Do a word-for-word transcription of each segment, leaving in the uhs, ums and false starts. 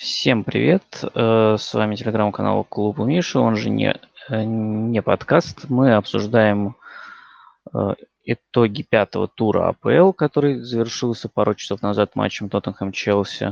Всем привет! Э, С вами телеграм-канал Клуб у Миши, он же не, э, не подкаст. Мы обсуждаем э, итоги пятого тура АПЛ, который завершился пару часов назад матчем Тоттенхэм-Челси.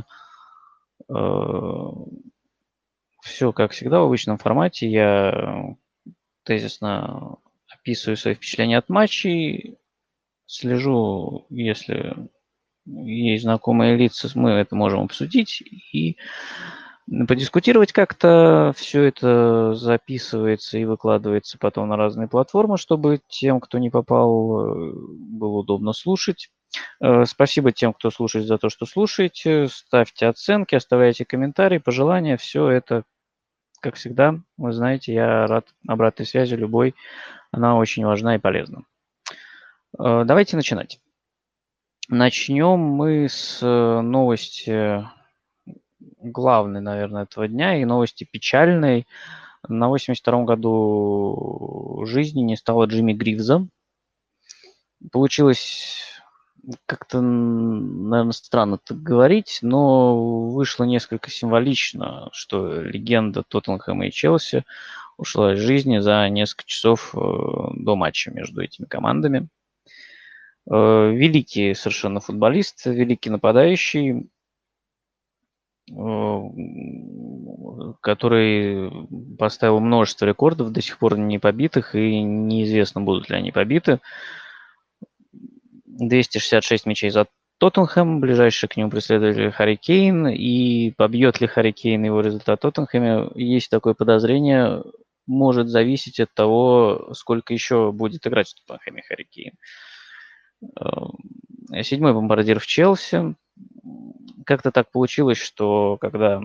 Все как всегда в обычном формате. Я тезисно описываю свои впечатления от матчей, слежу, если есть знакомые лица, мы это можем обсудить и подискутировать как-то. Все это записывается и выкладывается потом на разные платформы, чтобы тем, кто не попал, э, было удобно слушать. Э, Спасибо тем, кто слушает, за то, что слушаете. Ставьте оценки, оставляйте комментарии, пожелания. Все это, как всегда, вы знаете, я рад обратной связи любой. Она очень важна и полезна. Э, Давайте начинать. Начнем мы с э, новости главной, наверное, этого дня и новости печальной. На восемьдесят втором году жизни не стало Джимми Гривза. Получилось как-то, наверное, странно так говорить, но вышло несколько символично, что легенда Тоттенхэма и Челси ушла из жизни за несколько часов э, до матча между этими командами. Э, Великий совершенно футболист, великий нападающий, э, который поставил множество рекордов, до сих пор не побитых, и неизвестно, будут ли они побиты. двести шестьдесят шесть мячей за Тоттенхэм, ближайший к нему преследователь Харри Кейн, и побьет ли Харри Кейн его результат Тоттенхэме, есть такое подозрение, может зависеть от того, сколько еще будет играть в Тоттенхэме Харри Кейн. Э, Седьмой бомбардир в Челси. Как-то так получилось, что когда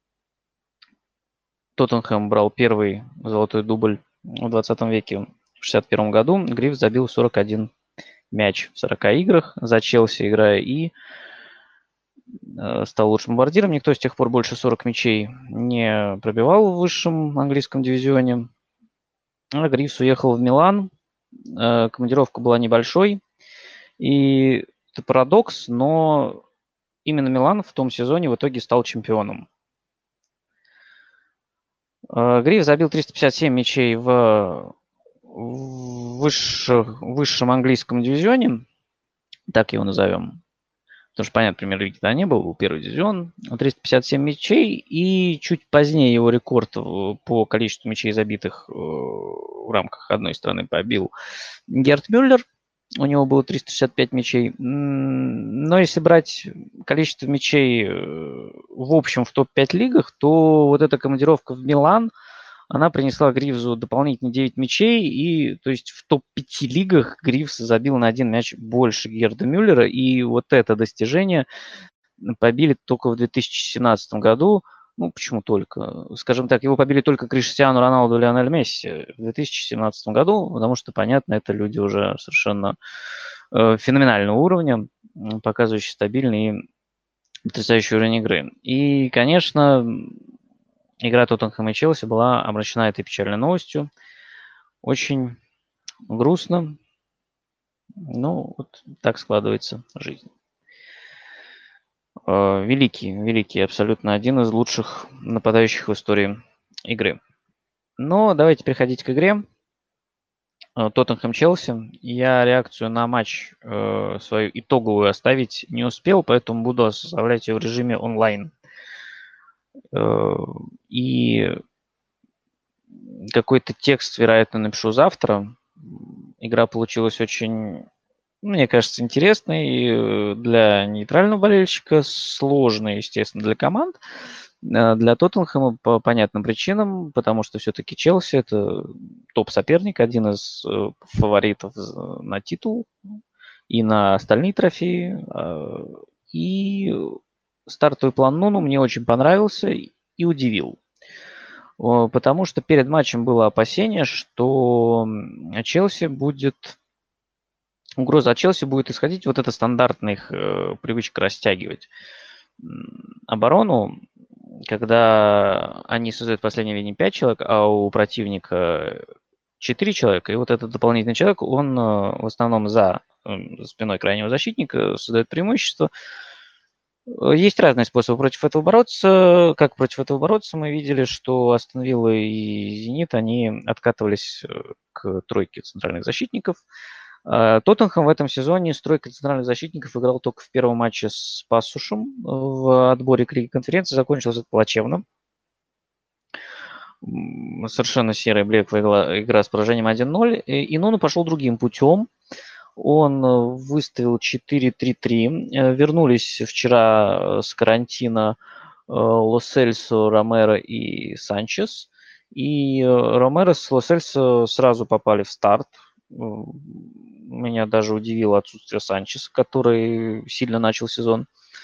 Тоттенхэм брал первый золотой дубль в двадцатом веке, в шестьдесят первом году, Гриф забил сорок один мяч в сорока играх за Челси, играя, и э, стал лучшим бомбардиром. Никто с тех пор больше сорок мячей не пробивал в высшем английском дивизионе. А Грифс уехал в Милан. Э, командировка была небольшой. И это парадокс, но именно Милан в том сезоне в итоге стал чемпионом. Э, Гриф забил триста пятьдесят семь мячей в высших, высшем английском дивизионе, так его назовем. Потому что, понятно, премьер-лиги тогда не было, был первый дивизион, триста пятьдесят семь мячей, и чуть позднее его рекорд по количеству мячей, забитых в рамках одной страны, побил Герт Мюллер. У него было триста шестьдесят пять мячей. Но если брать количество мячей в общем в топ пять лигах, то вот эта командировка в Милан, она принесла Гривзу дополнительные девять мячей, и то есть в топ пяти лигах Гривз забил на один мяч больше Герда Мюллера, и вот это достижение побили только в две тысячи семнадцатом году. Ну, почему только? Скажем так, его побили только Криштиану Роналду и Лионель Месси в две тысячи семнадцатом году, потому что, понятно, это люди уже совершенно э, феноменального уровня, показывающие стабильный и потрясающий уровень игры. И, конечно, игра Тоттенхэма и Челси была обращена этой печальной новостью. Очень грустно. Ну, вот так складывается жизнь. Э, Великий, великий, абсолютно один из лучших нападающих в истории игры. Но давайте переходить к игре. Э, Тоттенхэм-Челси. Я реакцию на матч э, свою итоговую оставить не успел, поэтому буду оставлять ее в режиме онлайн. Э, И какой-то текст, вероятно, напишу завтра. Игра получилась очень, мне кажется, интересной для нейтрального болельщика, сложной, естественно, для команд. Э, Для Тоттенхэма по понятным причинам, потому что все-таки Челси это топ-соперник, один из э, фаворитов з- на титул и на остальные трофеи. Э, И стартовый план Нуну мне очень понравился и удивил. О, Потому что перед матчем было опасение, что м, Челси будет угроза от Челси будет исходить вот эта стандартная их э, привычка растягивать м, оборону, когда они создают в последней линии пять человек, а у противника четыре человека, и вот этот дополнительный человек, он э, в основном за, э, за спиной крайнего защитника создает преимущество. Есть разные способы против этого бороться. Как против этого бороться? Мы видели, что Астон Вилла и Зенит, они откатывались к тройке центральных защитников. Тоттенхэм в этом сезоне с тройкой центральных защитников играл только в первом матче с Пассушем в отборе к Лиге Конференции. Закончилось это плачевно. Совершенно серая блеклая игра, игра с поражением один ноль. И Нуну пошел другим путем. Он выставил четыре три три. Вернулись вчера с карантина Ло Сельсо, Ромеро и Санчес. И Ромеро с Ло Сельсо сразу попали в старт. Меня даже удивило отсутствие Санчеса, который сильно начал сезон.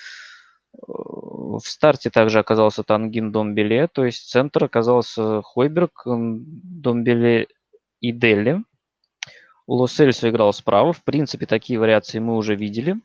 В старте также оказался Тангин Домбеле, то есть центр оказался Хойберг, Домбеле и Делли. Ло Сельсо играл справа. В принципе, такие вариации мы уже видели.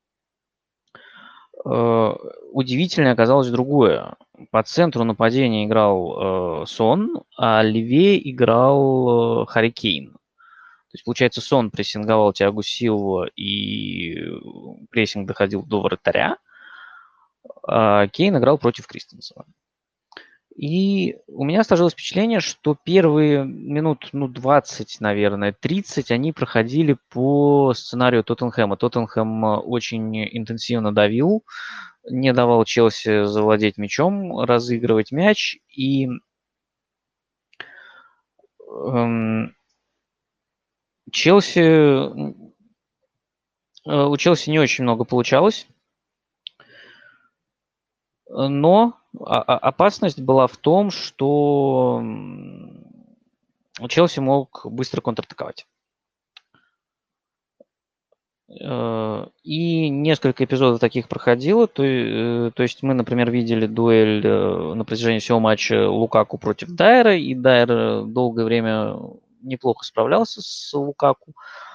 Удивительно оказалось другое. По центру нападения играл Сон, а левее играл Харри Кейн. То есть, получается, Сон прессинговал Тиагу Силва, и прессинг доходил до вратаря, а Кейн играл против Кристенсена. И у меня сложилось впечатление, что первые минут, ну, двадцать, наверное, тридцать, они проходили по сценарию Тоттенхэма. Тоттенхэм очень интенсивно давил, не давал Челси завладеть мячом, разыгрывать мяч. И эм, Челси, у Челси не очень много получалось. Но опасность была в том, что Челси мог быстро контратаковать. И несколько эпизодов таких проходило. То, то есть мы, например, видели дуэль на протяжении всего матча Лукаку против Дайера, и Дайер долгое время неплохо справлялся с Лукаку.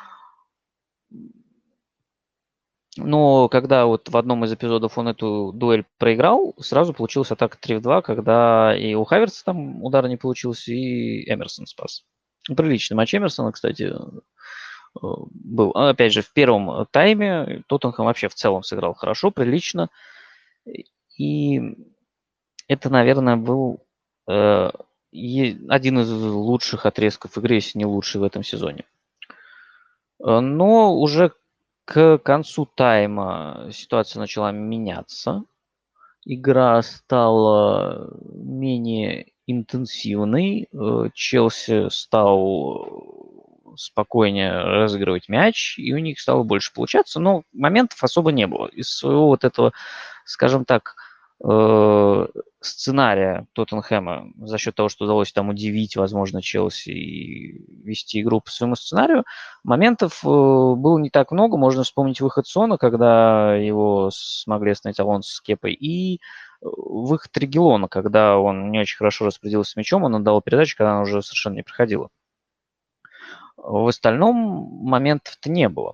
Но когда вот в одном из эпизодов он эту дуэль проиграл, сразу получилась атака три в два, когда и у Хаверца там удара не получился, и Эмерсон спас. Приличный матч Эмерсона, кстати, был. Опять же, в первом тайме Тоттенхэм вообще в целом сыграл хорошо, прилично. И это, наверное, был э, один из лучших отрезков игры, если не лучший в этом сезоне. Но уже к концу тайма ситуация начала меняться. Игра стала менее интенсивной. Челси стал спокойнее разыгрывать мяч, и у них стало больше получаться, но моментов особо не было. Из своего вот этого, скажем так, сценария Тоттенхэма за счет того, что удалось там удивить, возможно, Челси и вести игру по своему сценарию, моментов было не так много. Можно вспомнить выход Сона, когда его смогли остановить Алонсо с Кепой, и выход Регилона, когда он не очень хорошо распределился с мячом, он отдал передачу, когда она уже совершенно не проходила. В остальном моментов-то не было.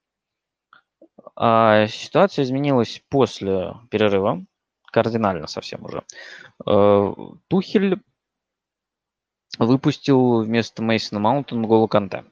А ситуация изменилась после перерыва, кардинально совсем уже. Тухель выпустил вместо Мейсона Маунта N'Голо Канте.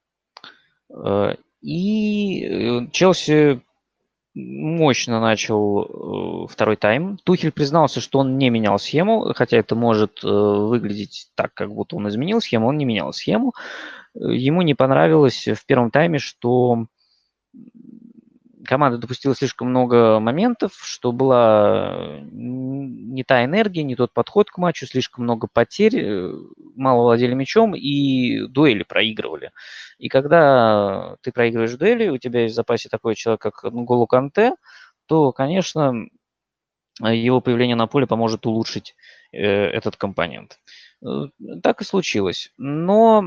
И Челси мощно начал второй тайм. Тухель признался, что он не менял схему, хотя это может выглядеть так, как будто он изменил схему, он не менял схему. Ему не понравилось в первом тайме, что команда допустила слишком много моментов, что была не та энергия, не тот подход к матчу, слишком много потерь, мало владели мячом и дуэли проигрывали. И когда ты проигрываешь дуэли, у тебя есть в запасе такой человек, как N'Голо Канте, то, конечно, его появление на поле поможет улучшить э, этот компонент. Так и случилось. Но,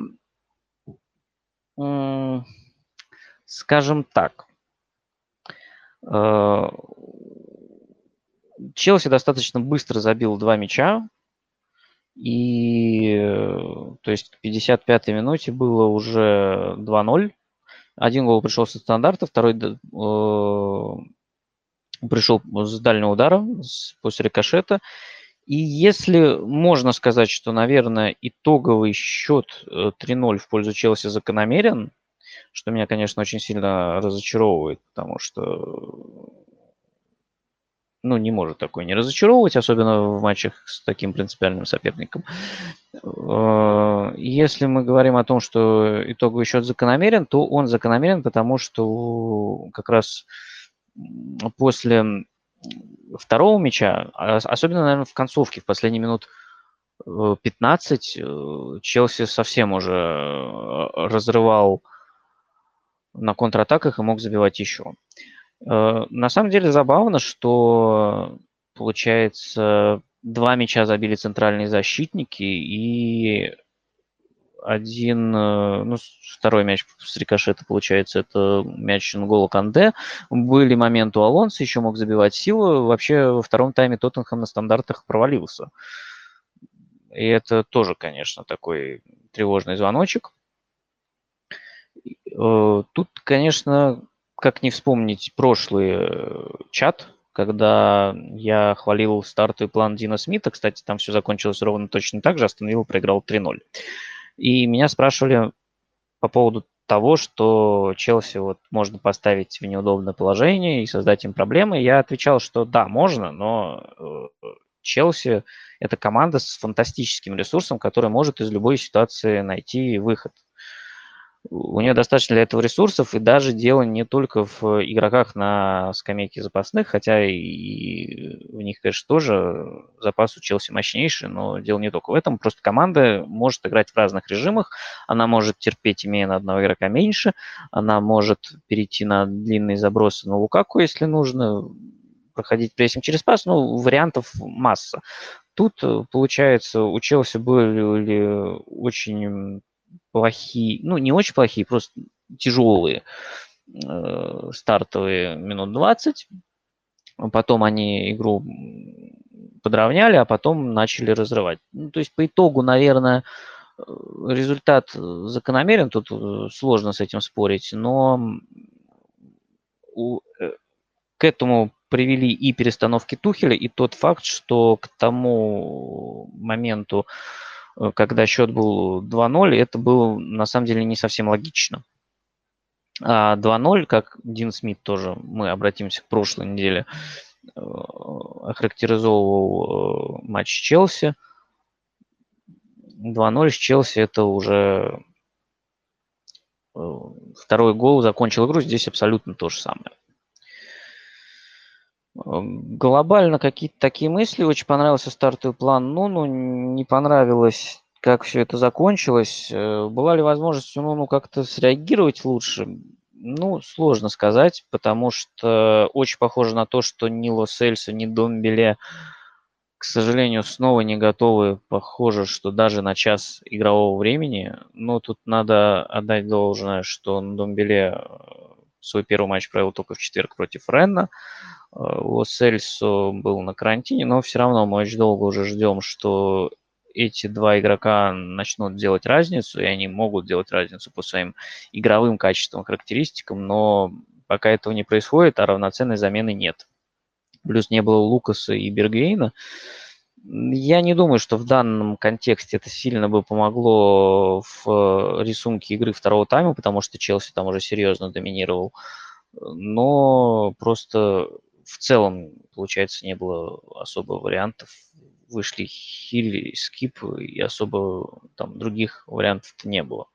э, скажем так, Челси достаточно быстро забил два мяча, и то есть к пятьдесят пятой минуте было уже два ноль. Один гол пришел со стандарта, второй э, пришел с дальнего удара, с, после рикошета. И если можно сказать, что, наверное, итоговый счет три ноль в пользу Челси закономерен, что меня, конечно, очень сильно разочаровывает, потому что ну, не может такой не разочаровывать, особенно в матчах с таким принципиальным соперником. Если мы говорим о том, что итоговый счет закономерен, то он закономерен, потому что как раз после второго мяча, особенно, наверное, в концовке, в последние минут пятнадцать, Челси совсем уже разрывал на контратаках и мог забивать еще. На самом деле забавно, что, получается, два мяча забили центральные защитники, и один, ну, второй мяч с рикошета, получается, это мяч Нголо Канте. Были моменты у Алонсо, еще мог забивать Силва. Вообще, во втором тайме Тоттенхэм на стандартах провалился. И это тоже, конечно, такой тревожный звоночек. Тут, конечно, как не вспомнить прошлый чат, когда я хвалил стартовый план Дина Смита. Кстати, там все закончилось ровно точно так же. Астон Вилла проиграл три ноль. И меня спрашивали по поводу того, что Челси вот можно поставить в неудобное положение и создать им проблемы. Я отвечал, что да, можно, но Челси – это команда с фантастическим ресурсом, которая может из любой ситуации найти выход. У нее достаточно для этого ресурсов, и даже дело не только в игроках на скамейке запасных, хотя и в них, конечно, тоже запас у Челси мощнейший, но дело не только в этом. Просто команда может играть в разных режимах, она может терпеть, имея на одного игрока меньше, она может перейти на длинные забросы на Лукаку, если нужно, проходить прессинг через пас, ну, вариантов масса. Тут, получается, у Челси были очень плохие, ну, не очень плохие, просто тяжелые э, стартовые минут двадцать. Потом они игру подровняли, а потом начали разрывать. Ну, то есть по итогу, наверное, результат закономерен, тут сложно с этим спорить, но у, к этому привели и перестановки Тухеля, и тот факт, что к тому моменту, когда счет был два ноль, это было на самом деле не совсем логично. А два ноль, как Дин Смит тоже, мы обратимся к прошлой неделе, охарактеризовывал матч Челси. два ноль с Челси это уже второй гол закончил игру, здесь абсолютно то же самое. Глобально какие-то такие мысли. Очень понравился стартовый план Нуну. Не понравилось, как все это закончилось. Была ли возможность у Нуну как-то среагировать лучше? Ну, сложно сказать, потому что очень похоже на то, что ни Ло Сельсо, ни Домбеле, к сожалению, снова не готовы. Похоже, что даже на час игрового времени. Но тут надо отдать должное, что Домбеле свой первый матч провел только в четверг против Ренна. Ло Сельсо был на карантине, но все равно мы очень долго уже ждем, что эти два игрока начнут делать разницу, и они могут делать разницу по своим игровым качествам, характеристикам, но пока этого не происходит, а равноценной замены нет. Плюс не было Лукаса и Бергвейна. Я не думаю, что в данном контексте это сильно бы помогло в рисунке игры второго тайма, потому что Челси там уже серьезно доминировал. Но просто в целом, получается, не было особо вариантов. Вышли Хилли и Скип, и особо там других вариантов-то не было.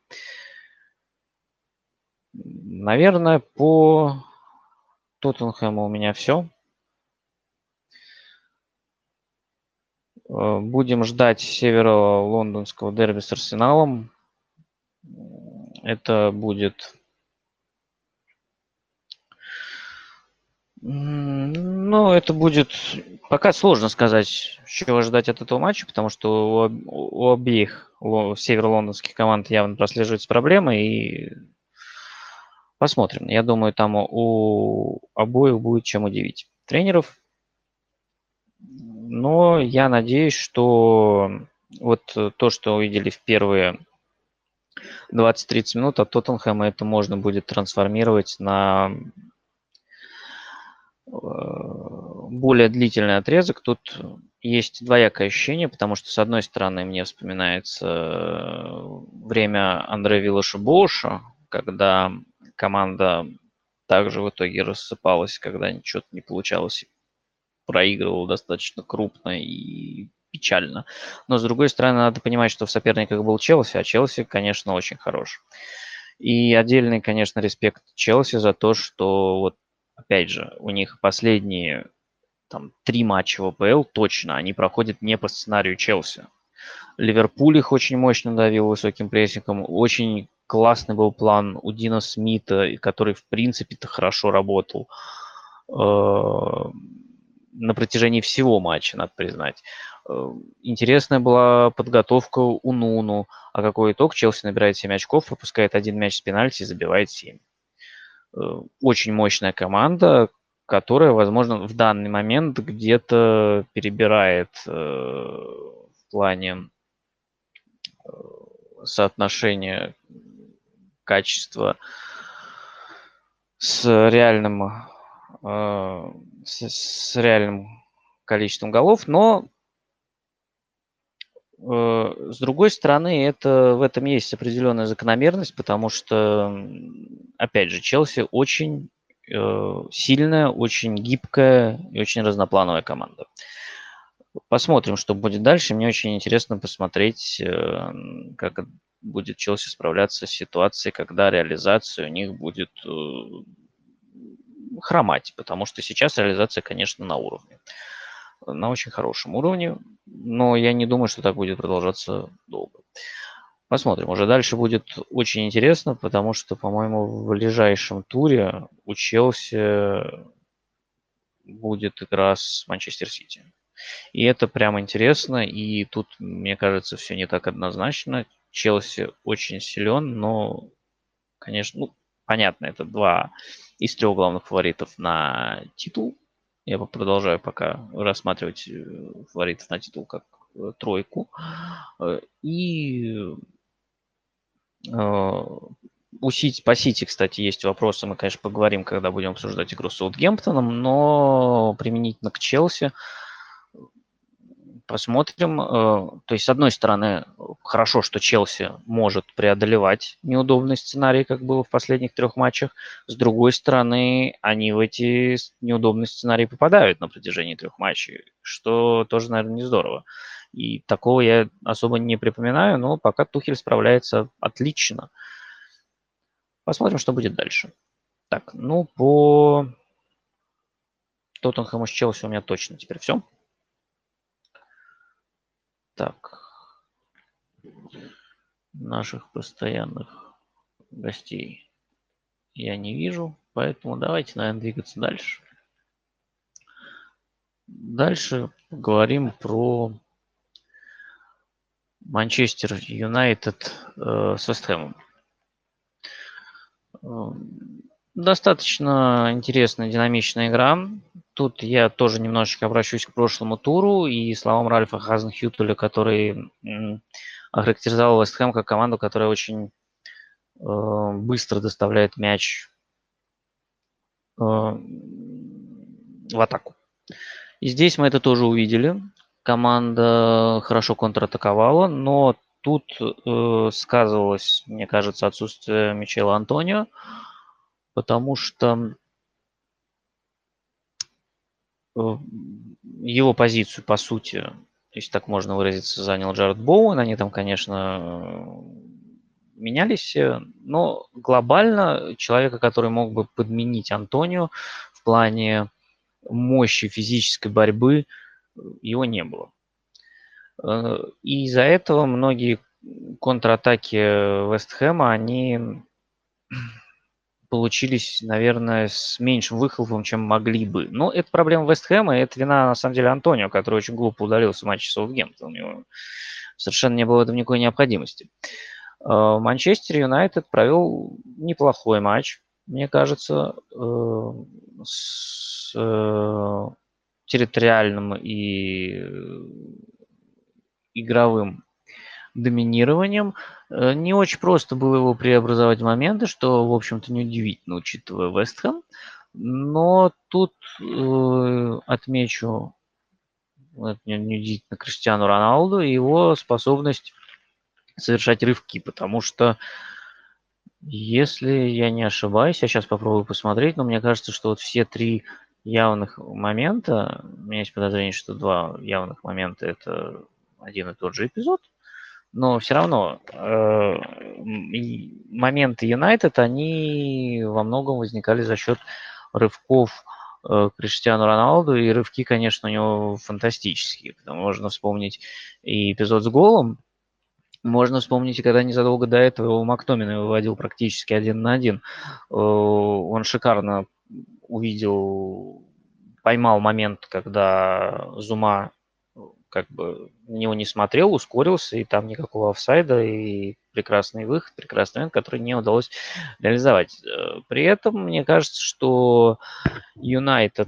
Наверное, по Тоттенхэму у меня все. Будем ждать северо-лондонского дерби с Арсеналом. Это будет... Ну, это будет... Пока сложно сказать, чего ждать от этого матча, потому что у, у обеих у северо-лондонских команд явно прослеживается проблема, и посмотрим. Я думаю, там у обоих будет чем удивить тренеров. Но я надеюсь, что вот то, что увидели в первые двадцать-тридцать минут от Тоттенхэма, это можно будет трансформировать на более длительный отрезок. Тут есть двоякое ощущение, потому что, с одной стороны, мне вспоминается время Андре Виллаша-Боуша, когда команда также в итоге рассыпалась, когда что-то не получалось проигрывал достаточно крупно и печально. Но, с другой стороны, надо понимать, что в соперниках был Челси, а Челси, конечно, очень хорош. И отдельный, конечно, респект Челси за то, что, вот, опять же, у них последние там три матча в АПЛ точно, они проходят не по сценарию Челси. Ливерпуль их очень мощно давил высоким прессингом. Очень классный был план у Дина Смита, который, в принципе-то, хорошо работал на протяжении всего матча, надо признать. Интересная была подготовка у Нуну. А какой итог? Челси набирает семь очков, пропускает один мяч с пенальти и забивает семь. Очень мощная команда, которая, возможно, в данный момент где-то перебирает в плане соотношения качества с реальным, с, с реальным количеством голов, но с другой стороны, это, в этом есть определенная закономерность, потому что, опять же, Челси очень э, сильная, очень гибкая и очень разноплановая команда. Посмотрим, что будет дальше. Мне очень интересно посмотреть, э, как будет Челси справляться с ситуацией, когда реализация у них будет э, хромать, потому что сейчас реализация, конечно, на уровне. На очень хорошем уровне, но я не думаю, что так будет продолжаться долго. Посмотрим. Уже дальше будет очень интересно, потому что, по-моему, в ближайшем туре у Челси будет игра с Манчестер Сити. И это прям интересно, и тут, мне кажется, все не так однозначно. Челси очень силен, но, конечно, ну, понятно, это два из трех главных фаворитов на титул. Я продолжаю пока рассматривать фаворитов на титул как тройку. И у Сити, по Сити, кстати, есть вопросы. Мы, конечно, поговорим, когда будем обсуждать игру с Саутгемптоном, но применительно к Челси посмотрим. То есть, с одной стороны, хорошо, что Челси может преодолевать неудобный сценарий, как было в последних трех матчах. С другой стороны, они в эти неудобные сценарии попадают на протяжении трех матчей, что тоже, наверное, не здорово. И такого я особо не припоминаю, но пока Тухель справляется отлично. Посмотрим, что будет дальше. Так, ну, по Тоттенхэму с Челси у меня точно теперь все. Так. Наших постоянных гостей я не вижу, поэтому давайте, наверное, двигаться дальше. Дальше поговорим про Манчестер Юнайтед э, с Вест Хэмом. Достаточно интересная, динамичная игра. Тут я тоже немножечко обращусь к прошлому туру и словам Ральфа Хазенхютеля, который м, охарактеризовал Вест Хэм как команду, которая очень э, быстро доставляет мяч э, в атаку. И здесь мы это тоже увидели. Команда хорошо контратаковала, но тут э, сказывалось, мне кажется, отсутствие Мичела Антонио, потому что его позицию, по сути, если так можно выразиться, занял Джаред Боуэн. Они там, конечно, менялись, но глобально человека, который мог бы подменить Антонио в плане мощи физической борьбы, его не было. И из-за этого многие контратаки Вест Хэма, они получились, наверное, с меньшим выхлопом, чем могли бы. Но это проблема Вест Хэма, и это вина, на самом деле, Антонио, который очень глупо удалился в матче с Саутгемптоном. У него совершенно не было в этом никакой необходимости. Манчестер Юнайтед провел неплохой матч, мне кажется, с территориальным и игровым доминированием. Не очень просто было его преобразовать в моменты, что, в общем-то, неудивительно, учитывая Вест Хэм. Но тут э, отмечу, это неудивительно, Криштиану Роналду и его способность совершать рывки, потому что, если я не ошибаюсь, я сейчас попробую посмотреть, но мне кажется, что вот все три явных момента. У меня есть подозрение, что два явных момента – это один и тот же эпизод. Но все равно э, моменты Юнайтед, они во многом возникали за счет рывков э, Криштиану Роналду, и рывки, конечно, у него фантастические. Можно вспомнить и эпизод с голом, можно вспомнить, когда незадолго до этого его Мактоминой выводил практически один на один. Он шикарно увидел, поймал момент, когда Зума как бы на него не смотрел, ускорился, и там никакого офсайда, и прекрасный выход, прекрасный момент, который не удалось реализовать. При этом, мне кажется, что Юнайтед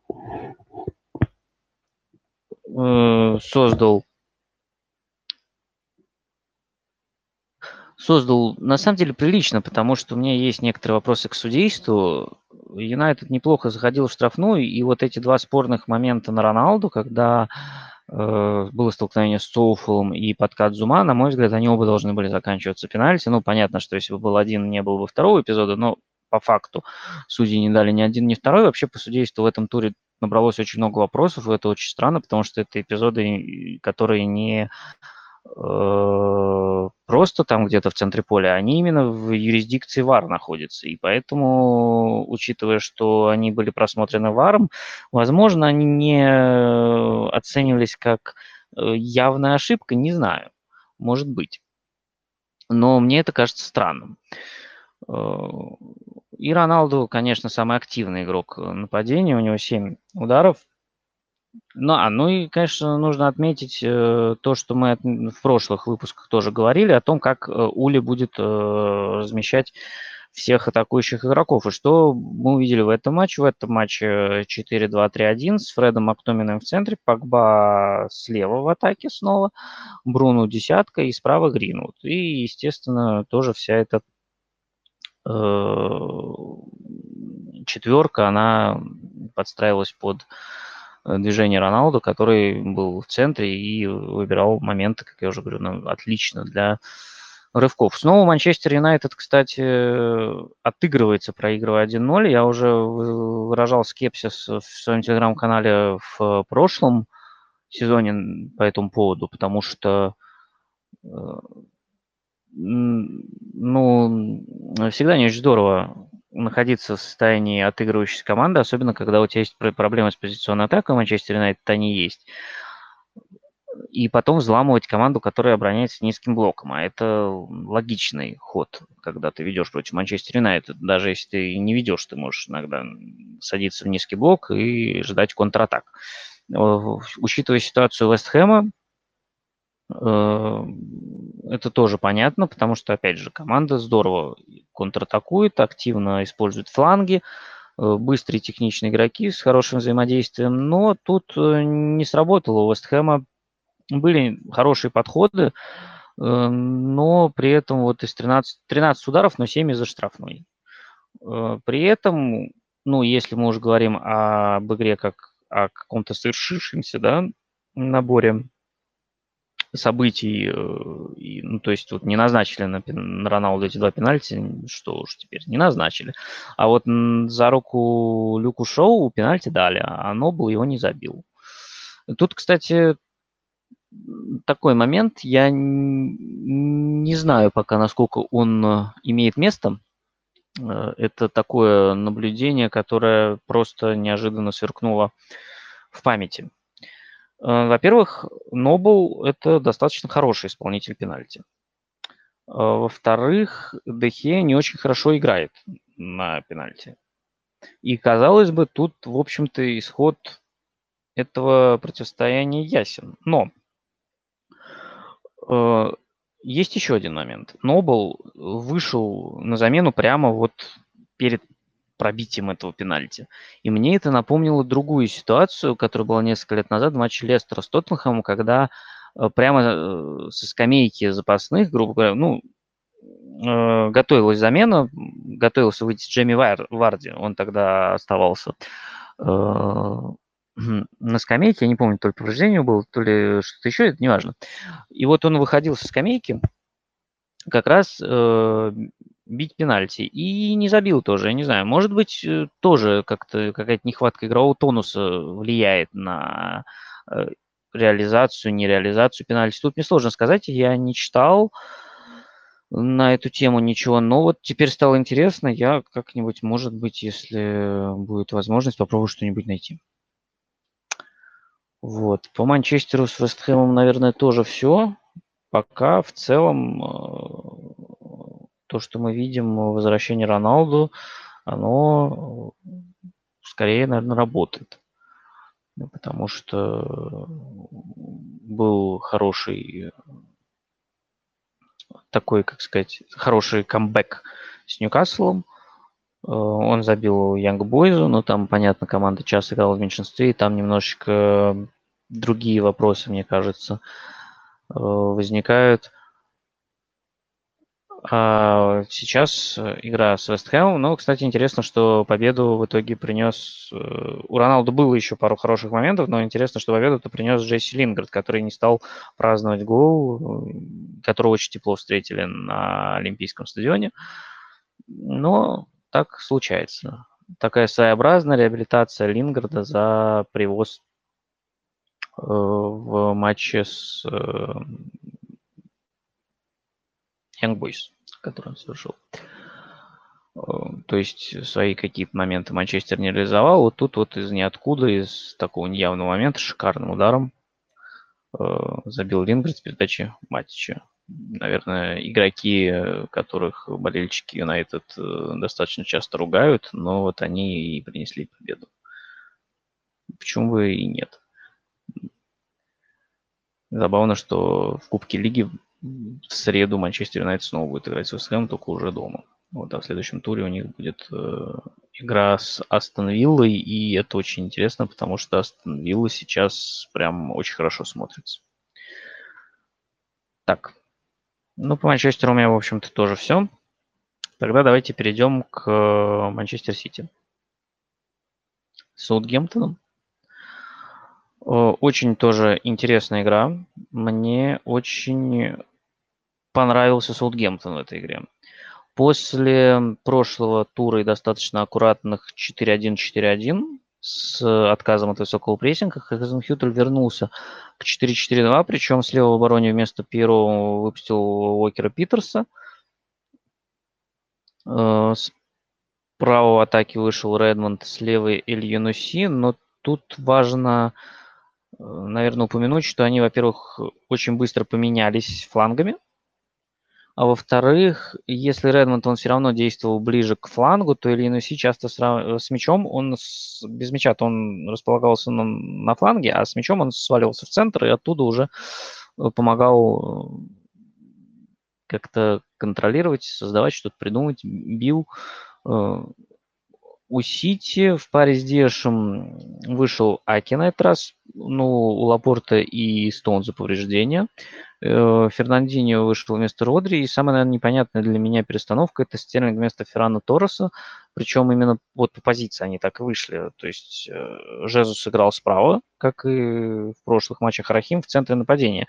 создал создал, на самом деле, прилично, потому что у меня есть некоторые вопросы к судейству. Юнайтед неплохо заходил в штрафную, и вот эти два спорных момента на Роналду, когда э, было столкновение с Соуфолом и подкат Зума, на мой взгляд, они оба должны были заканчиваться пенальти. Ну, понятно, что если бы был один, не было бы второго эпизода, но по факту судьи не дали ни один, ни второй. Вообще, по судейству в этом туре набралось очень много вопросов, и это очень странно, потому что это эпизоды, которые не просто там где-то в центре поля, они именно в юрисдикции ВАР находятся. И поэтому, учитывая, что они были просмотрены ВАРом, возможно, они не оценивались как явная ошибка, не знаю. Может быть. Но мне это кажется странным. И Роналду, конечно, самый активный игрок нападения. У него семь ударов. Ну, а, ну и, конечно, нужно отметить э, то, что мы от, в прошлых выпусках тоже говорили, о том, как э, Ули будет э, размещать всех атакующих игроков. И что мы увидели в этом матче? В этом матче четыре два три один с Фредом Мактоминым в центре, Погба слева в атаке снова, Бруно десятка и справа Гринвуд. И, естественно, тоже вся эта э, четверка, она подстраивалась под движение Роналду, который был в центре и выбирал моменты, как я уже говорю, ну, отлично для рывков. Снова Манчестер Юнайтед, кстати, отыгрывается, проигрывая один ноль. Я уже выражал скепсис в своем телеграм-канале в прошлом сезоне по этому поводу, потому что ну, всегда не очень здорово находиться в состоянии отыгрывающейся команды, особенно когда у тебя есть проблемы с позиционной атакой, Манчестер Юнайтед они есть, и потом взламывать команду, которая обороняется низким блоком. А это логичный ход, когда ты ведешь против Манчестер Юнайтед. Даже если ты не ведешь, ты можешь иногда садиться в низкий блок и ждать контратак. Учитывая ситуацию Вест Хэма, это тоже понятно, потому что, опять же, команда здорово контратакует, активно использует фланги, быстрые техничные игроки с хорошим взаимодействием, но тут не сработало у Вест Хэма. Были хорошие подходы, но при этом вот из тринадцати, тринадцать ударов, но семь из-за штрафной. При этом, ну, если мы уже говорим об игре как о каком-то совершившемся, да, наборе событий, и, ну, то есть вот не назначили на, на Роналду эти два пенальти, что уж теперь, не назначили. А вот за руку Люку Шоу пенальти дали, а Нобл его не забил. Тут, кстати, такой момент, я не знаю пока, насколько он имеет место. Это такое наблюдение, которое просто неожиданно сверкнуло в памяти. Во-первых, Нобл – это достаточно хороший исполнитель пенальти. Во-вторых, Дехе не очень хорошо играет на пенальти. И, казалось бы, тут, в общем-то, исход этого противостояния ясен. Но э, есть еще один момент. Нобл вышел на замену прямо вот перед пробитием этого пенальти. И мне это напомнило другую ситуацию, которая была несколько лет назад в матче Лестера с Тоттенхэмом, когда прямо со скамейки запасных, грубо говоря, ну, готовилась замена, готовился выйти Джейми Варди, он тогда оставался на скамейке, я не помню, то ли повреждение было, то ли что-то еще, это неважно. И вот он выходил со скамейки, как раз бить пенальти. И не забил тоже, я не знаю. Может быть, тоже как-то какая-то нехватка игрового тонуса влияет на реализацию, нереализацию пенальти. Тут мне сложно сказать, я не читал на эту тему ничего, но вот теперь стало интересно, я как-нибудь, может быть, если будет возможность, попробую что-нибудь найти. Вот. По Манчестеру с Вест Хэмом, наверное, тоже все. Пока в целом то, что мы видим, возвращение Роналду, оно скорее, наверное, работает. Потому что был хороший такой, как сказать, хороший камбэк с Ньюкаслом. Он забил Янг Бойзу, но там, понятно, команда часто играла в меньшинстве, и там немножечко другие вопросы, мне кажется, возникают. А сейчас игра с Вест Хэмом. Ну, кстати, интересно, что победу в итоге принес... У Роналду было еще пару хороших моментов, но интересно, что победу-то принес Джесси Лингард, который не стал праздновать гол, которого очень тепло встретили на Олимпийском стадионе. Но так случается. Такая своеобразная реабилитация Лингарда за привоз в матче с Young Boys, который он совершил. То есть свои какие-то моменты Манчестер не реализовал. Вот тут вот из ниоткуда, из такого неявного момента, шикарным ударом забил Лингард с передачи Матича. Наверное, игроки, которых болельщики Юнайтед достаточно часто ругают, но вот они и принесли победу. Почему бы и нет? Забавно, что в Кубке Лиги в среду Манчестер Юнайтед снова будет играть с Вест Хэмом, только уже дома. Вот, а в следующем туре у них будет э, игра с Астон Виллой, и это очень интересно, потому что Астон Вилла сейчас прям очень хорошо смотрится. Так, ну по Манчестеру у меня, в общем-то, тоже все. Тогда давайте перейдем к Манчестер Сити. С Саутгемптоном. Очень тоже интересная игра. Мне очень понравился Саутгемптон в этой игре. После прошлого тура и достаточно аккуратных четыре один четыре один с отказом от высокого прессинга, Хазенхютель вернулся к четыре четыре два, причем слева в обороне вместо Пьеро выпустил Уокера Питерса. С правого атаки вышел Редмонд, с левой Эль Юнуси, но тут важно, наверное, упомянуть, что они, во-первых, очень быстро поменялись флангами. А во-вторых, если Редмонд, он все равно действовал ближе к флангу, то Эль Юнуси часто с, с мячом, он с, без мяча-то он располагался на, на фланге, а с мячом он сваливался в центр и оттуда уже помогал как-то контролировать, создавать, что-то придумать, бил. У Сити в паре с Диашем вышел Аки на этот раз. Ну, у Лапорта и Стоунза повреждения. Фернандиньо вышел вместо Родри. И самая, наверное, непонятная для меня перестановка – это Стерлинг вместо Феррана Торреса. Причем именно вот по позиции они так и вышли. То есть Жезус играл справа, как и в прошлых матчах, Рахим в центре нападения.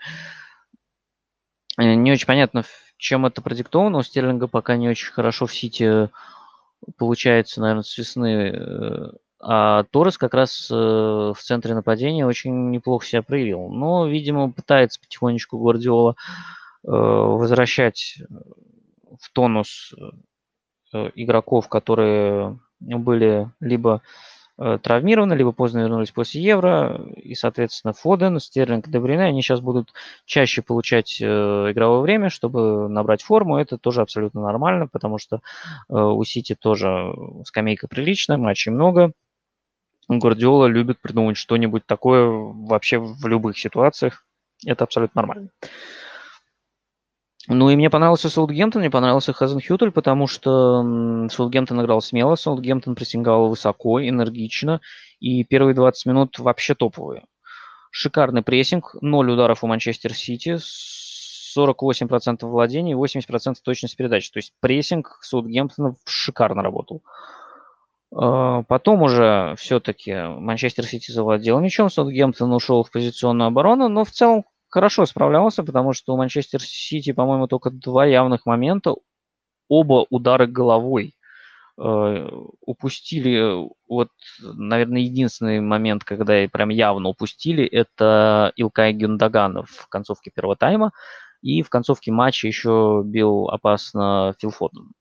Не очень понятно, чем это продиктовано. У Стерлинга пока не очень хорошо в Сити получается, наверное, с весны. А Торрес как раз в центре нападения очень неплохо себя проявил. Но, видимо, пытается потихонечку Гвардиола возвращать в тонус игроков, которые были либо травмированы, либо поздно вернулись после Евро. И, соответственно, Фоден, Стерлинг, Де Брюйне, они сейчас будут чаще получать игровое время, чтобы набрать форму. Это тоже абсолютно нормально, потому что у Сити тоже скамейка приличная, матчей много. Гвардиола любит придумать что-нибудь такое вообще в любых ситуациях. Это абсолютно нормально. Ну и мне понравился Саутгемптон, мне понравился Хазенхютель, потому что Саутгемптон играл смело, Саутгемптон прессинговал высоко, энергично, и первые двадцать минут вообще топовые. Шикарный прессинг, ноль ударов у Манчестер Сити, сорок восемь процентов владения и восемьдесят процентов точность передач. То есть прессинг Саутгемптона шикарно работал. Потом уже все-таки Манчестер Сити завладел мячом, Саутгемптон ушел в позиционную оборону, но в целом хорошо справлялся, потому что у Манчестер Сити, по-моему, только два явных момента оба удара головой. Э, упустили, вот, наверное, единственный момент, когда и прям явно упустили, это Илкай Гюндоганов в концовке первого тайма. И в концовке матча еще бил опасно Фил Фоден.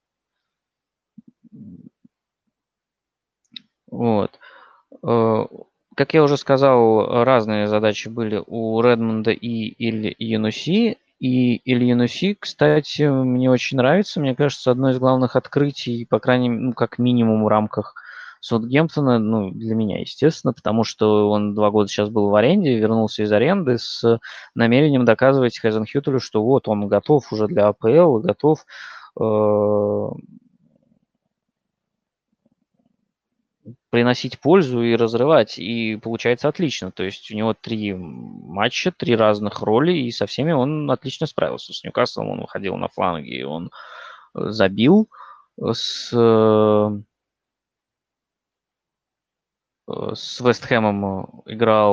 Вот. Э, Как я уже сказал, разные задачи были у Редмонда и Иль Януси. И Иль Януси, кстати, мне очень нравится. Мне кажется, одно из главных открытий, по крайней мере, ну, как минимум в рамках Саутгемптона, ну, для меня, естественно, потому что он два года сейчас был в аренде, вернулся из аренды с намерением доказывать Хазенхютелю, что вот он готов уже для АПЛ, готов э, приносить пользу и разрывать, и получается отлично. То есть у него три матча, три разных роли, и со всеми он отлично справился. С Ньюкаслом он выходил на фланге, и он э, забил. С, э, с Вестхэмом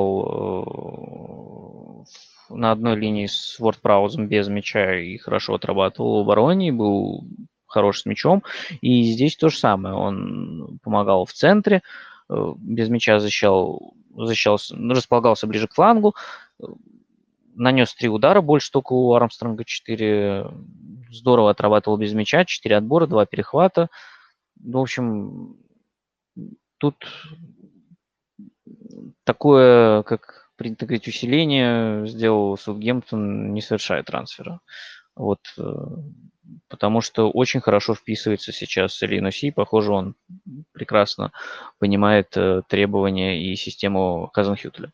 играл э, на одной линии с Ворд-Праузом без мяча и хорошо отрабатывал в обороне, был хорош с мячом. И здесь то же самое. Он помогал в центре, э, без мяча защищал, защищался, располагался ближе к флангу, нанес три удара, больше только у Армстронга четыре. Здорово отрабатывал без мяча, четыре отбора, два перехвата. В общем, тут такое, как принято говорить, усиление сделал Саутгемптон, не совершая трансфера. Вот, потому что очень хорошо вписывается сейчас Элино Си. Похоже, он прекрасно понимает требования и систему Хазенхютеля.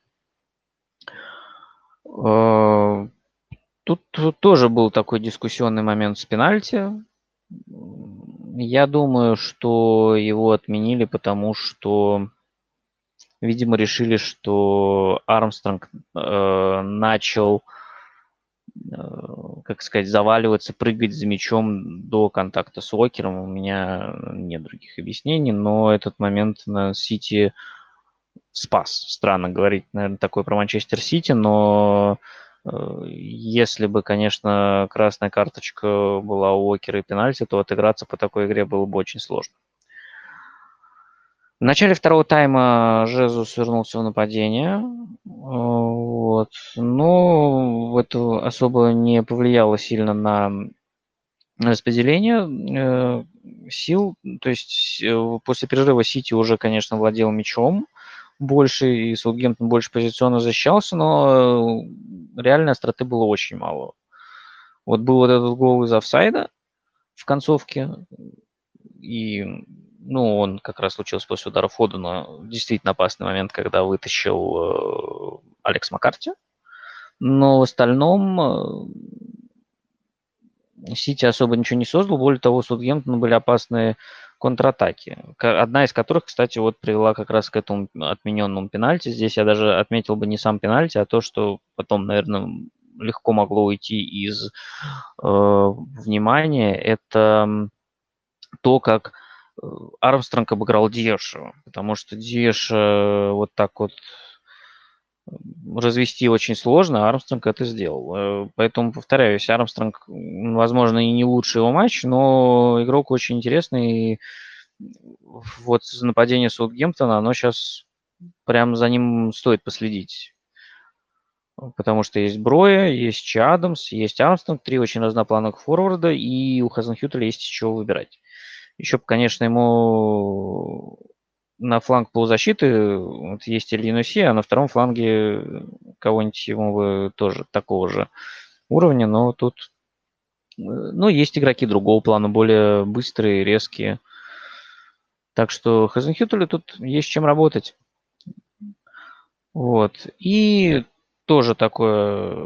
Тут тоже был такой дискуссионный момент с пенальти. Я думаю, что его отменили, потому что, видимо, решили, что Армстронг э, начал, э, как сказать, заваливаться, прыгать за мячом до контакта с Уокером. У меня нет других объяснений, но этот момент на Сити спас. Странно говорить, наверное, такое про Манчестер Сити, но если бы, конечно, красная карточка была у Уокера и пенальти, то отыграться по такой игре было бы очень сложно. В начале второго тайма Жезус вернулся в нападение. Вот. Но это особо не повлияло сильно на распределение э, сил. То есть э, после перерыва Сити уже, конечно, владел мячом больше, и Саутгемптон больше позиционно защищался, но реальной остроты было очень мало. Вот был вот этот гол из офсайда в концовке, и, ну, он как раз случился после удара Фодена. Действительно опасный момент, когда вытащил э, Алекс Маккарти. Но в остальном э, Сити особо ничего не создал. Более того, у Саутгемптона были опасные контратаки. Одна из которых, кстати, вот привела как раз к этому отмененному пенальти. Здесь я даже отметил бы не сам пенальти, а то, что потом, наверное, легко могло уйти из э, внимания. Это то, как Армстронг обыграл Диеша. Потому что Диеша вот так вот развести очень сложно, а Армстронг это сделал. Поэтому, повторяюсь, Армстронг, возможно, и не лучший его матч, но игрок очень интересный. И вот нападение Саутгемптона, оно сейчас прям за ним стоит последить. Потому что есть Броя, есть Чи Адамс, есть Армстронг, три очень разноплановых форварда, и у Хазенхютеля есть из чего выбирать. Еще, конечно, ему на фланг полузащиты вот есть Ильинуси, а на втором фланге кого-нибудь ему бы тоже такого же уровня, но тут, ну, есть игроки другого плана, более быстрые, резкие. Так что Хазенхютелю тут есть чем работать. Вот. И тоже такое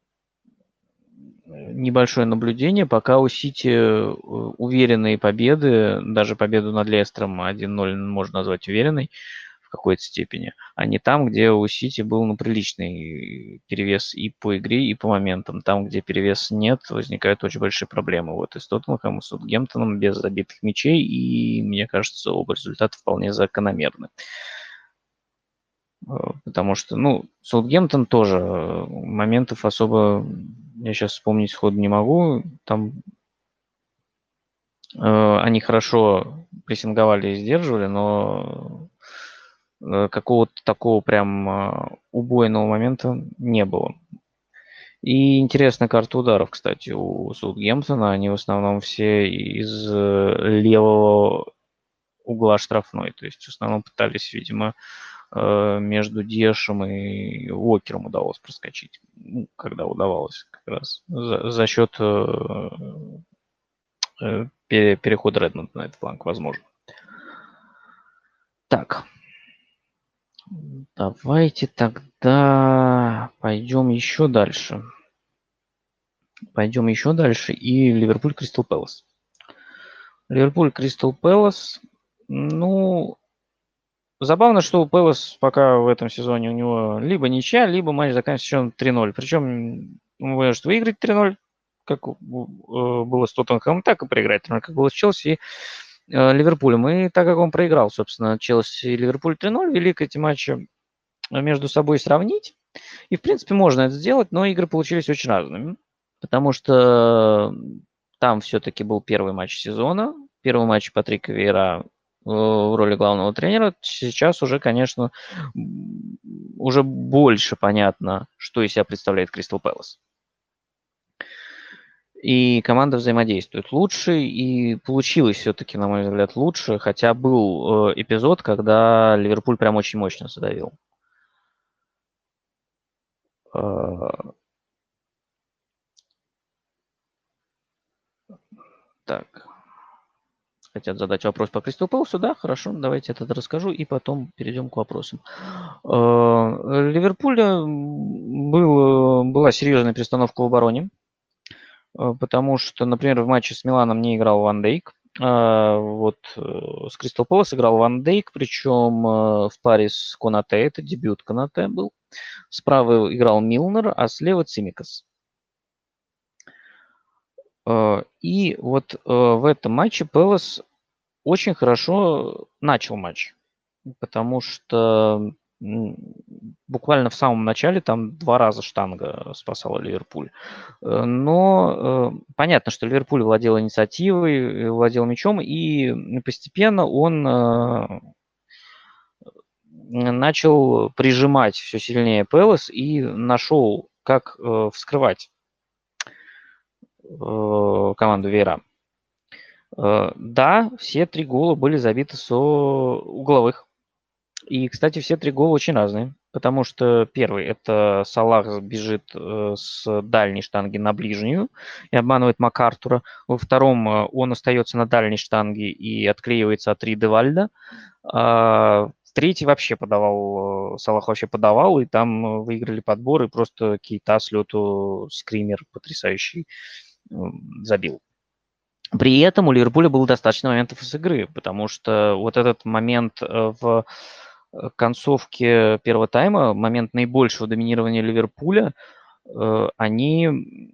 небольшое наблюдение. Пока у Сити уверенные победы, даже победу над Лестером один ноль можно назвать уверенной в какой-то степени, а не там, где у Сити был ну, приличный перевес и по игре, и по моментам. Там, где перевес нет, возникают очень большие проблемы. Вот и с Тоттенхэмом, и с Саутгемптоном без забитых мячей, и мне кажется, оба результата вполне закономерны. Потому что, ну, Саутгемптон тоже моментов особо я сейчас вспомнить сходу не могу. Там Они хорошо прессинговали и сдерживали, но какого-то такого прям убойного момента не было. И интересная карта ударов, кстати, у Саутгемптона. Они в основном все из левого угла штрафной. То есть в основном пытались, видимо, между Дешем и Уокером удалось проскочить. Ну, когда удавалось как раз. За, за счет перехода Редмонда на этот фланг, возможно. Так. Давайте тогда пойдем еще дальше. Пойдем еще дальше. И Ливерпуль Кристал Пэлас. Ливерпуль Кристал Пэлас. Ну, забавно, что у Пэлас пока в этом сезоне у него либо ничья, либо матч заканчивается счетом три ноль. Причем он может выиграть три ноль, как было с Тоттенхэмом, так и проиграть три ноль, как было с Челси и Ливерпулем. И так как он проиграл, собственно, Челси и Ливерпуль три ноль, велик эти матчи между собой сравнить. И, в принципе, можно это сделать, но игры получились очень разными. Потому что там все-таки был первый матч сезона. Первый матч Патрика Вейра в роли главного тренера. Сейчас уже, конечно, уже больше понятно, что из себя представляет Кристал Пэлас. И команда взаимодействует лучше, и получилось все-таки, на мой взгляд, лучше. Хотя был эпизод, когда Ливерпуль прям очень мощно задавил. Так. Хотят задать вопрос по Кристал Пэласу, да, хорошо, давайте я это расскажу и потом перейдем к вопросам. Ливерпуля был, была серьезная перестановка в обороне, потому что, например, в матче с Миланом не играл Ван Дейк, вот с Кристал Пэлас играл Ван Дейк, причем в паре с Конате, это дебют Конате был, справа играл Милнер, а слева Цимикас. И вот в этом матче Пэлас очень хорошо начал матч, потому что буквально в самом начале там два раза штанга спасала Ливерпуль. Но понятно, что Ливерпуль владел инициативой, владел мячом, и постепенно он начал прижимать все сильнее Пэлас и нашел, как вскрывать команду Вейра. Да, все три гола были забиты со угловых. И, кстати, все три гола очень разные, потому что первый – это Салах бежит с дальней штанги на ближнюю и обманывает МакАртура. Во втором он остается на дальней штанге и отклеивается от Ридевальда. А третий вообще подавал, Салах вообще подавал, и там выиграли подбор, и просто Кейта с лету скример потрясающий забил. При этом у Ливерпуля было достаточно моментов из игры, потому что вот этот момент в концовке первого тайма, момент наибольшего доминирования Ливерпуля, они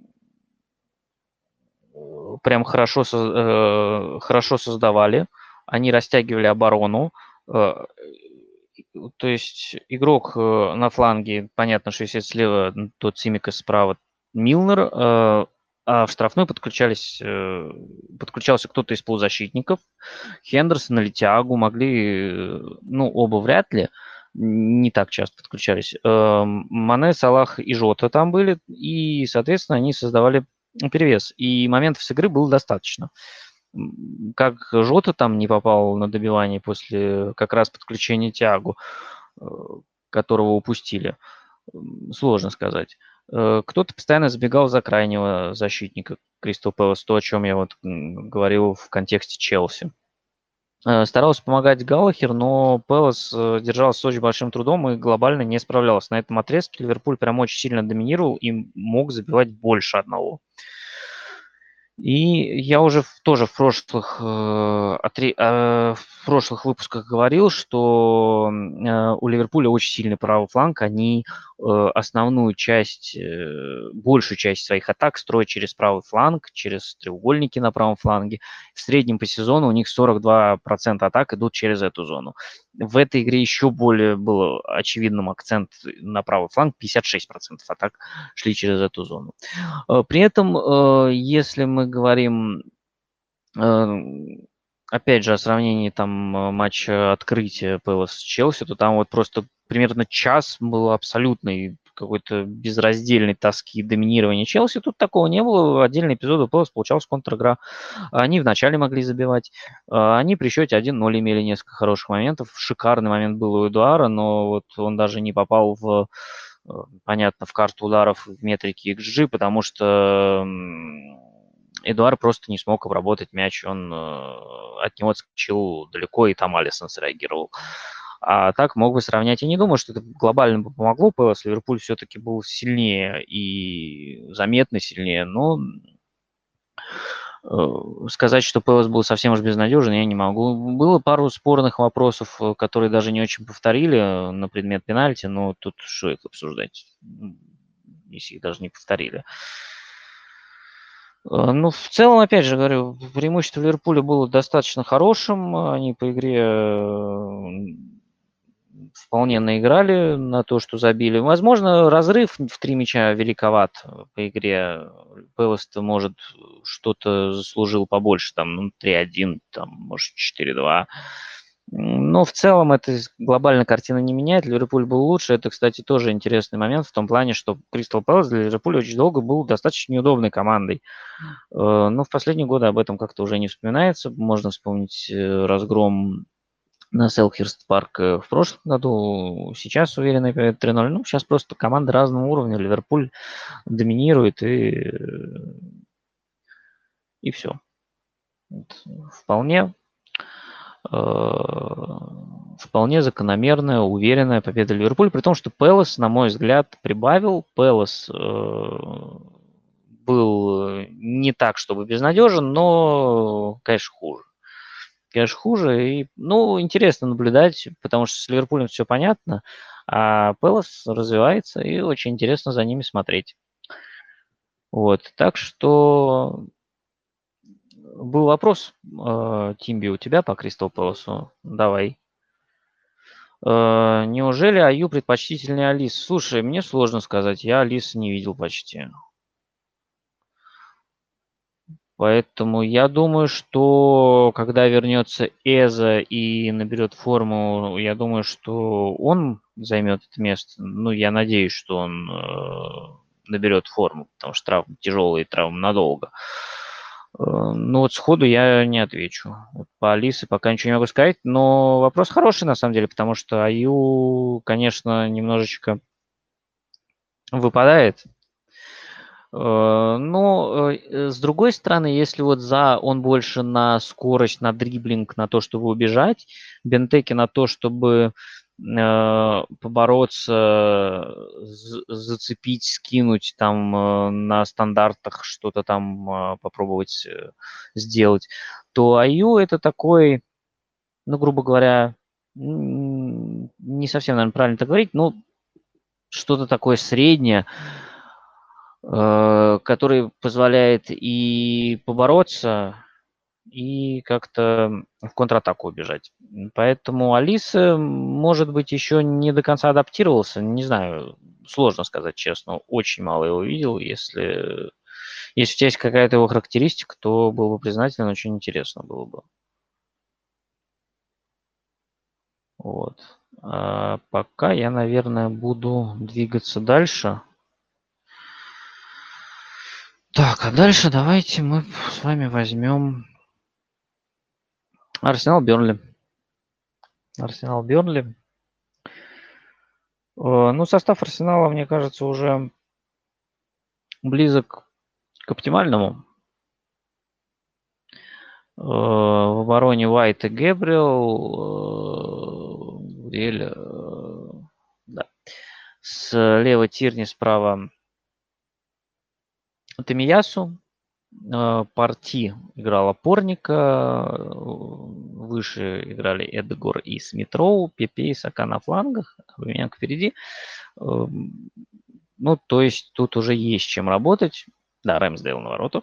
прям хорошо, хорошо создавали, они растягивали оборону. То есть игрок на фланге, понятно, что если слева, то Цимикас, справа Милнер, а в штрафной подключались, подключался кто-то из полузащитников. Хендерсон или Тиагу могли, ну, оба вряд ли, не так часто подключались. Мане, Салах и Жота там были, и, соответственно, они создавали перевес. И моментов с игры было достаточно. Как Жота там не попал на добивание после как раз подключения Тиагу, которого упустили, сложно сказать. Кто-то постоянно забегал за крайнего защитника Кристал Пэлас, то, о чем я вот говорил в контексте Челси. Старался помогать Галлахер, но Пэлас держался с очень большим трудом и глобально не справлялся. На этом отрезке Ливерпуль прям очень сильно доминировал и мог забивать больше одного. И я уже в, тоже в прошлых, э, отри, э, в прошлых выпусках говорил, что э, у Ливерпуля очень сильный правый фланг. Они э, основную часть, э, большую часть своих атак строят через правый фланг, через треугольники на правом фланге. В среднем по сезону у них сорок два процента атак идут через эту зону. В этой игре еще более был очевидным акцент на правый фланг. пятьдесят шесть процентов атак шли через эту зону. При этом, если мы говорим Опять же, о сравнении там матча открытия Пэлас с Челси, то там вот просто примерно час было абсолютной какой-то безраздельной тоски и доминирования Челси. Тут такого не было. Отдельные эпизоды у Пэлас получалась контр-игра. Они вначале могли забивать. Они при счете один ноль имели несколько хороших моментов. Шикарный момент был у Эдуара, но вот он даже не попал в, понятно, в карту ударов в метрике икс джи, потому что Эдуард просто не смог обработать мяч, он э, от него отскочил далеко, и там Алисон среагировал. А так мог бы сравнять. Я не думаю, что это глобально бы помогло Пэлас. Ливерпуль все-таки был сильнее и заметно сильнее, но э, сказать, что Пэлас был совсем уж безнадежен, я не могу. Было пару спорных вопросов, которые даже не очень повторили на предмет пенальти, но тут что их обсуждать, если их даже не повторили. Ну, в целом, опять же говорю, преимущество Ливерпуля было достаточно хорошим. Они по игре вполне наиграли на то, что забили. Возможно, разрыв в три мяча великоват по игре. Пэлас-то, может, что-то заслужил побольше, там, ну, три один, там, может, четыре два. Но в целом это глобально картина не меняет. Ливерпуль был лучше. Это, кстати, тоже интересный момент в том плане, что Кристал Пэлас для Ливерпуля очень долго был достаточно неудобной командой. Но в последние годы об этом как-то уже не вспоминается. Можно вспомнить разгром на Селхерст Парк в прошлом году. Сейчас уверенный победа три ноль. Ну, сейчас просто команда разного уровня. Ливерпуль доминирует и, и все. Вот. Вполне вполне закономерная, уверенная победа Ливерпуля, при том, что Пэлас, на мой взгляд, прибавил. Пэлас был не так, чтобы безнадежен, но, конечно, хуже. Конечно, хуже. И, ну, интересно наблюдать, потому что с Ливерпулем все понятно, а Пэлас развивается, и очень интересно за ними смотреть. Вот, так что был вопрос, э, Тимби, у тебя по Кристал Пэласу? Давай. Э, неужели Аю предпочтительнее Алис? Слушай, мне сложно сказать, я Алис не видел почти. Поэтому я думаю, что когда вернется Эза и наберет форму, я думаю, что он займет это место. Ну, я надеюсь, что он э, наберет форму, потому что травмы тяжелые, травмы надолго. Э, ну вот сходу я не отвечу. Вот по Алисе пока ничего не могу сказать, но вопрос хороший на самом деле, потому что Аю, конечно, немножечко выпадает. Но, э, с другой стороны, если вот за он больше на скорость, на дриблинг, на то, чтобы убежать, Бентеке на то, чтобы э, побороться, з- зацепить, скинуть там э, на стандартах что-то там э, попробовать э, сделать, то Аю это такой, ну, грубо говоря, м, не совсем, наверное, правильно это говорить, но что-то такое среднее, э, который позволяет и побороться, и как-то в контратаку убежать. Поэтому Алиса, может быть, еще не до конца адаптировался. Не знаю, сложно сказать честно. Очень мало его видел. Если, если у тебя есть какая-то его характеристика, то был бы признателен, очень интересно было бы. Вот. А пока я, наверное, буду двигаться дальше. Так, а дальше давайте мы с вами возьмем Арсенал Бернли. Арсенал Бернли. Ну, состав Арсенала, мне кажется, уже близок к оптимальному. В обороне Уайт и Гэбриэл. Габриэль, да. Слева Тирни, справа Тамиясу. Парти играл опорника. Выше играли Эдгор и Смитроу. Пепе и Сака на флангах. Абамейянг впереди. Ну, то есть тут уже есть чем работать. Да, Рэмсдейл на воротах.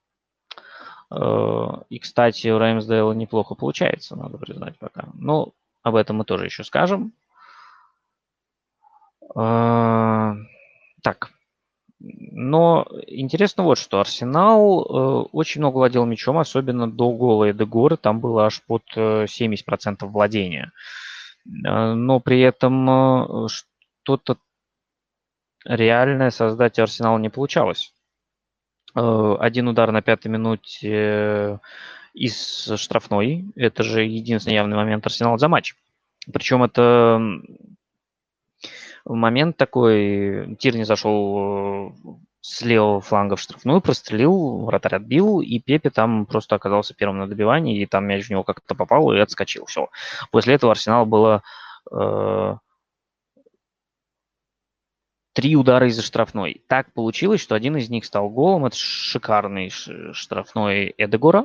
И, кстати, у Рэмсдейла неплохо получается, надо признать пока. Но об этом мы тоже еще скажем. Так. Но интересно вот что. Арсенал э, очень много владел мячом, особенно до гола Эдегора. Там было аж под э, семьдесят процентов владения. Э, но при этом э, что-то реальное создать Арсеналу не получалось. Э, один удар на пятой минуте э, из штрафной. Это же единственный явный момент Арсенала за матч. Причем это м, момент такой, Тирни зашел э, с левого фланга в штрафную, прострелил, вратарь отбил, и Пепе там просто оказался первым на добивании, и там мяч в него как-то попал и отскочил. Все. После этого Арсенал было э, три удара из-за штрафной. Так получилось, что один из них стал голом. Это шикарный ш- штрафной Эдегора.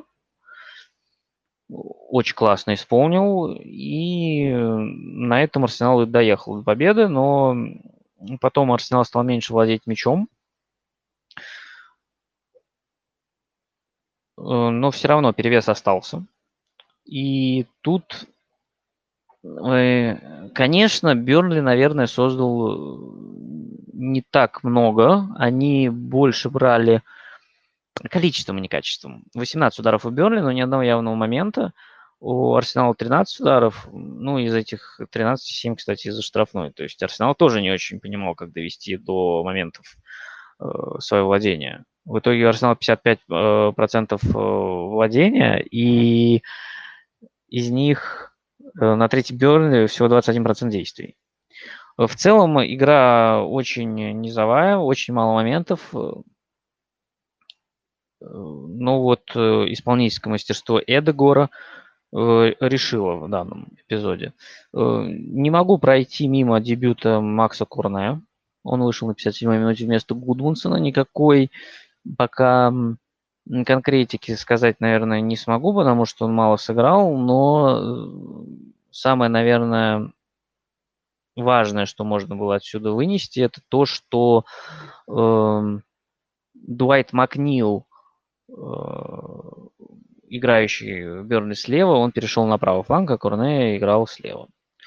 Очень классно исполнил. И на этом Арсенал и доехал до победы. Но потом Арсенал стал меньше владеть мячом. Э, Но все равно перевес остался. И тут, э, конечно, Бернли, наверное, создал э, не так много. Они больше брали количеством, а не качеством. восемнадцать ударов у Бернли, но ни одного явного момента. У Арсенала тринадцать ударов, ну, из этих тринадцати семь, кстати, из-за штрафной. То есть Арсенал тоже не очень понимал, как довести до моментов э, свое владение. В итоге у Арсенала пятьдесят пять э, процентов э, владения, и из них э, на третий Бернли всего двадцать один процент действий. В целом игра очень низовая, очень мало моментов. Ну вот э, исполнительское мастерство Эдегора э, решило в данном эпизоде. Э, Не могу пройти мимо дебюта Макса Корне. Он вышел на пятьдесят седьмой минуте вместо Гудмунсона. Никакой пока м, конкретики сказать, наверное, не смогу, потому что он мало сыграл, но э, самое, наверное, важное, что можно было отсюда вынести, это то, что э, Дуайт Макнил, э, играющий в Бернли слева, он перешел на правый фланг, а Корне играл слева.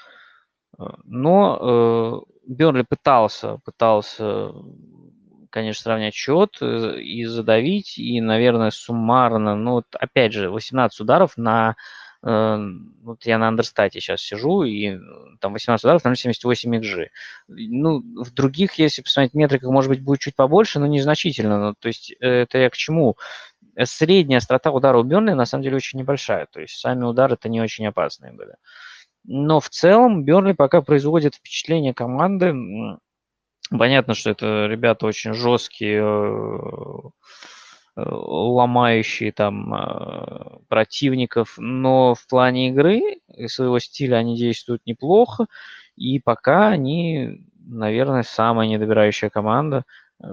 Но э, Бернли пытался, пытался, конечно, сравнять счет э, и задавить, и, наверное, суммарно, ну, вот опять же, восемнадцать ударов на... Э, вот я на андерстате сейчас сижу, и там восемнадцать ударов на ноль целых семьдесят восемь икс джи. Ну, в других, если посмотреть метриках, может быть, будет чуть побольше, но незначительно. Ну, то есть э, это я к чему? Средняя острота удара у Бернли на самом деле очень небольшая. То есть сами удары-то не очень опасные были. Но в целом Бернли пока производит впечатление команды. Понятно, что это ребята очень жесткие, э, э, ломающие там э, противников, но в плане игры и своего стиля они действуют неплохо, и пока они, наверное, самая недобирающая команда э,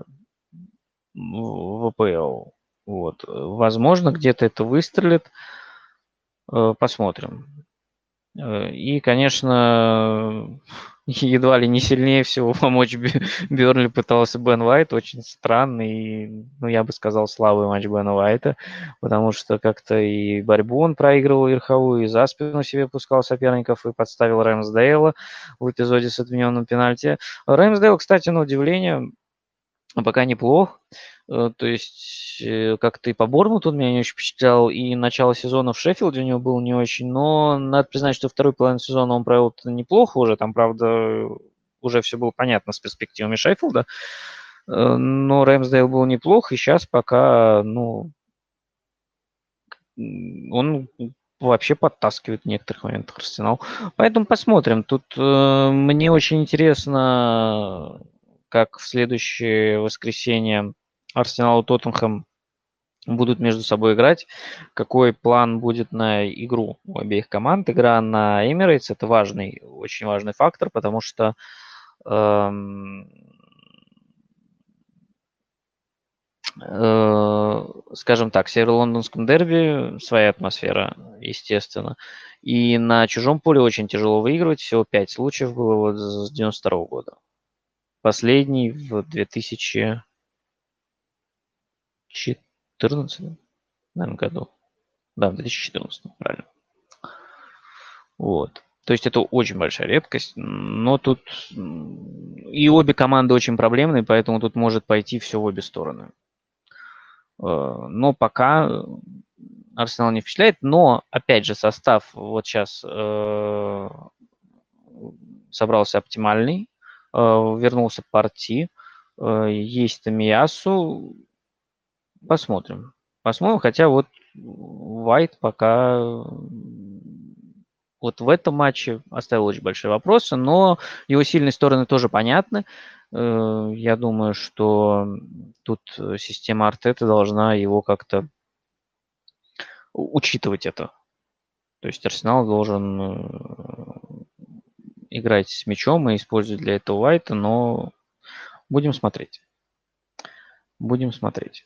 в ВПЛ. Вот. Возможно, где-то это выстрелит. Э, Посмотрим. Э, И, конечно, едва ли не сильнее всего помочь Бернли пытался Бен Уайт. Очень странный, ну, я бы сказал, слабый матч Бена Уайта, потому что как-то и борьбу он проигрывал верховую, и за спину себе пускал соперников, и подставил Рэмсдейла в эпизоде с отмененным пенальти. Рэмсдейл, кстати, на удивление, пока неплох. Э, То есть э, как-то и по Борнмуту он меня не очень впечатлял, и начало сезона в Шеффилде у него было не очень, но надо признать, что вторую половину сезона он провел неплохо уже, там, правда, уже все было понятно с перспективами Шеффилда, Э, но Рэмсдейл был неплох, и сейчас пока, ну, м, он вообще подтаскивает в некоторых моментах Арсенал. Поэтому посмотрим. Тут э, мне очень интересно, как в следующее воскресенье Арсенал и Тоттенхэм будут между собой играть, какой план будет на игру у обеих команд. Игра на Emirates – это важный, очень важный фактор, потому что, эм, э, скажем так, в северо-лондонском дерби своя атмосфера, естественно. И на чужом поле очень тяжело выигрывать. Всего пять случаев было вот с девяносто второго года. Последний в две тысячи четырнадцатом, наверное, году. Да, в две тысячи четырнадцатом, правильно. Вот. То есть это очень большая редкость, но тут и обе команды очень проблемные, поэтому тут может пойти все в обе стороны. Но пока Арсенал не впечатляет, но, опять же, состав вот сейчас э, собрался оптимальный, э, вернулся Партии, э, есть Томиясу, посмотрим. Посмотрим, хотя вот Уайт пока вот в этом матче оставил очень большие вопросы, но его сильные стороны тоже понятны. Я думаю, что тут система Артета должна его как-то учитывать это. То есть Арсенал должен играть с мячом и использовать для этого Уайта, но будем смотреть. Будем смотреть.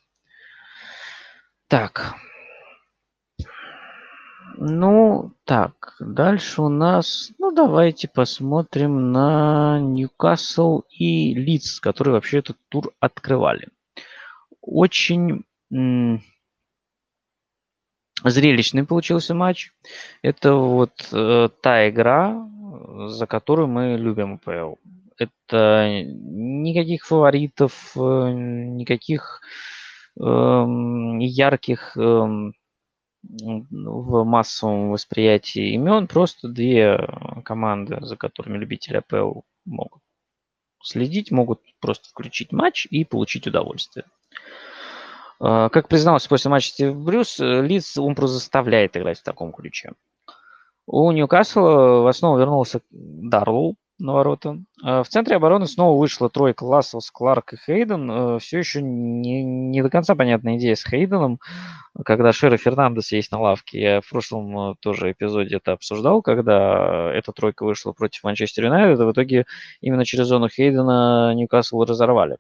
Так. Ну, так, дальше у нас, ну, давайте посмотрим на Ньюкасл и Лидс, которые вообще этот тур открывали. Очень м- зрелищный получился матч. Это вот э, та игра, за которую мы любим АПЛ. Это никаких фаворитов, э, никаких э, ярких... Э, в массовом восприятии имен просто две команды, за которыми любители АПЛ могут следить, могут просто включить матч и получить удовольствие. Как признался после матча Стив Брюс, Лидс он просто заставляет играть в таком ключе. У Ньюкасла в основу вернулся Дарлоу на ворота. В центре обороны снова вышла тройка Лассос, Кларк и Хейден. Все еще не, не до конца понятная идея с Хейденом, когда Шера Фернандес есть на лавке. Я в прошлом тоже эпизоде это обсуждал, когда эта тройка вышла против Манчестер Юнайтед, в итоге именно через зону Хейдена Ньюкасл разорвали.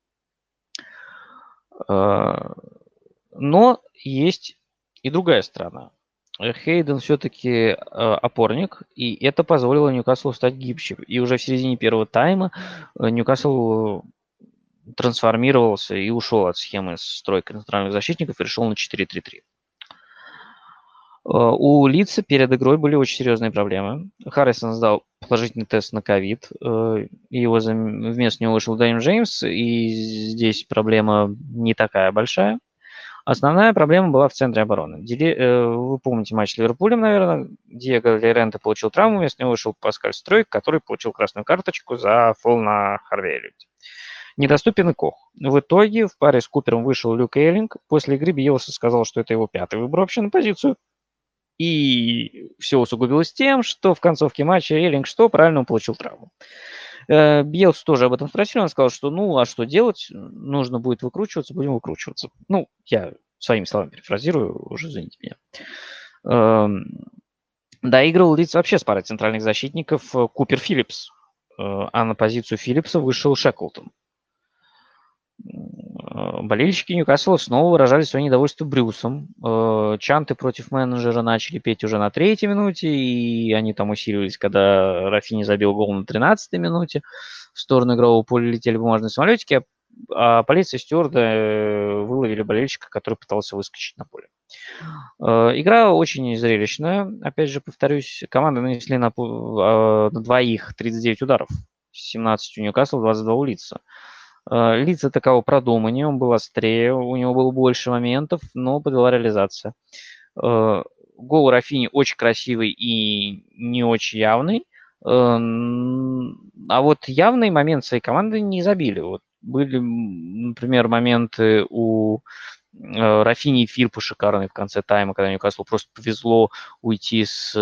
Но есть и другая сторона. Хейден все-таки э, опорник, и это позволило Ньюкаслу стать гибче. И уже в середине первого тайма Ньюкасл трансформировался и ушел от схемы с тройкой центральных защитников и решил на четыре три три. У Лидса перед игрой были очень серьезные проблемы. Харрисон сдал положительный тест на ковид, и его вместо него вышел Дэниел Джеймс, и здесь проблема не такая большая. Основная проблема была в центре обороны. Вы помните матч с Ливерпулем, наверное, Диего Лоренте получил травму, вместо него вышел Паскаль Стройк, который получил красную карточку за фол на Харви Эллиоте. Недоступен и Кох. В итоге в паре с Купером вышел Люк Эйлинг. После игры Биелса сказал, что это его пятый выбор вообще на позицию. И все усугубилось тем, что в концовке матча Эйлинг что? Правильно, он получил травму. Биелс тоже об этом спросил, он сказал, что ну, а что делать? Нужно будет выкручиваться, будем выкручиваться. Ну, я своими словами перефразирую, уже извините меня. Доигрывал Лидс вообще с парой центральных защитников Купер Филлипс, а на позицию Филлипса вышел Шеклтон. Болельщики Ньюкасла снова выражали свое недовольство Брюсом. Чанты против менеджера начали петь уже на третьей минуте, и они там усиливались, когда Рафини забил гол на тринадцатой минуте. В сторону игрового поля летели бумажные самолетики, а полиция и стюарды выловили болельщика, который пытался выскочить на поле. Игра очень зрелищная. Опять же, повторюсь, команды нанесли на, на двоих тридцать девять ударов. семнадцать у Ньюкасла, двадцать два у Лидса. Лидс атаковал продуманнее, он был острее, у него было больше моментов, но подвела реализация. Гол Рафини очень красивый и не очень явный. А вот явный момент своей команды не забили. Вот были, например, моменты у Рафини и Фирпа шикарные в конце тайма, когда Ньюкаслу просто повезло уйти с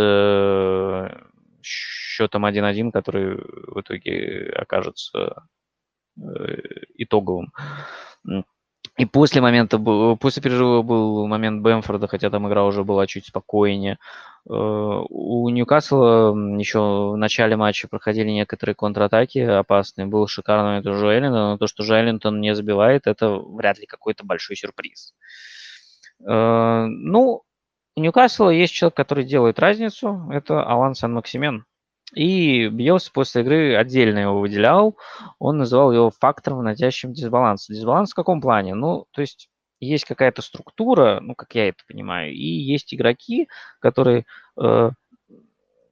счетом один один, который в итоге окажется итоговым. И после момента, после перерыва был момент Бэмфорда, хотя там игра уже была чуть спокойнее. У Ньюкасла еще в начале матча проходили некоторые контратаки опасные. Был шикарный момент у Жоэлинтона, но то, что Жоэлинтон не забивает, это вряд ли какой-то большой сюрприз. Ну, у Ньюкасла есть человек, который делает разницу. Это Алан Сан-Максимен. И Биелс после игры отдельно его выделял. Он называл его фактором, вносящим дисбаланс. Дисбаланс в каком плане? Ну, то есть есть какая-то структура, ну, как я это понимаю, и есть игроки, которые э,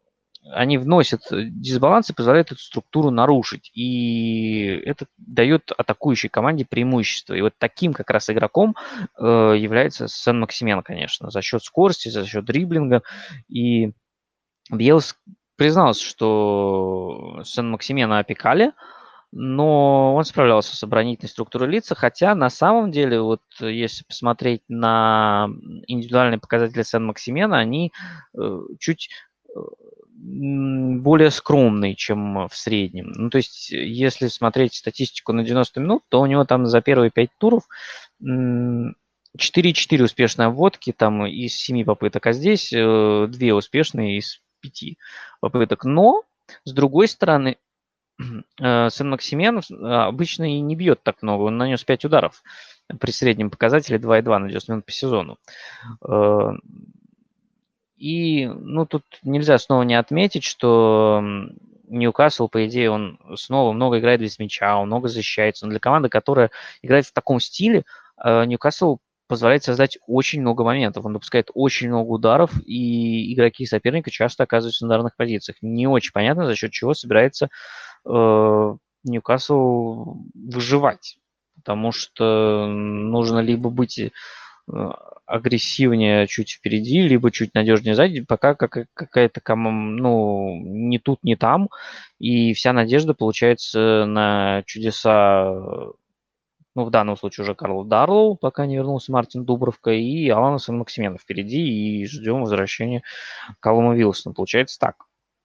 они вносят дисбаланс и позволяют эту структуру нарушить. И это дает атакующей команде преимущество. И вот таким как раз игроком э, является Сен-Максимен, конечно, за счет скорости, за счет дриблинга. И Бьелс признался, что Сен-Максимена опекали, но он справлялся с оборонительной структурой лица, хотя на самом деле, вот если посмотреть на индивидуальные показатели Сен-Максимена, они э, чуть э, более скромные, чем в среднем. Ну, то есть, если смотреть статистику на девяносто минут, то у него там за первые пять туров четыре четыре успешные обводки там из семи попыток, а здесь э, две успешные из пяти попыток. Но, с другой стороны, э, Сен-Максимен обычно и не бьет так много. Он нанес пять ударов при среднем показателе два и два на девяносто минут по сезону. Э, и, ну, тут нельзя снова не отметить, что Ньюкасл, по идее, он снова много играет без мяча, он много защищается. Но для команды, которая играет в таком стиле, Ньюкасл позволяет создать очень много моментов. Он допускает очень много ударов, и игроки соперника часто оказываются на ударных позициях. Не очень понятно, за счет чего собирается э, Ньюкасл выживать. Потому что нужно либо быть агрессивнее чуть впереди, либо чуть надежнее сзади, пока какая-то команда, ну, не тут, не там, и вся надежда получается на чудеса, ну, в данном случае уже Карл Дарлоу, пока не вернулся Мартин Дубровка, и Алана Сен-Максимена впереди, и ждем возвращения Калума Вилсона. Получается так.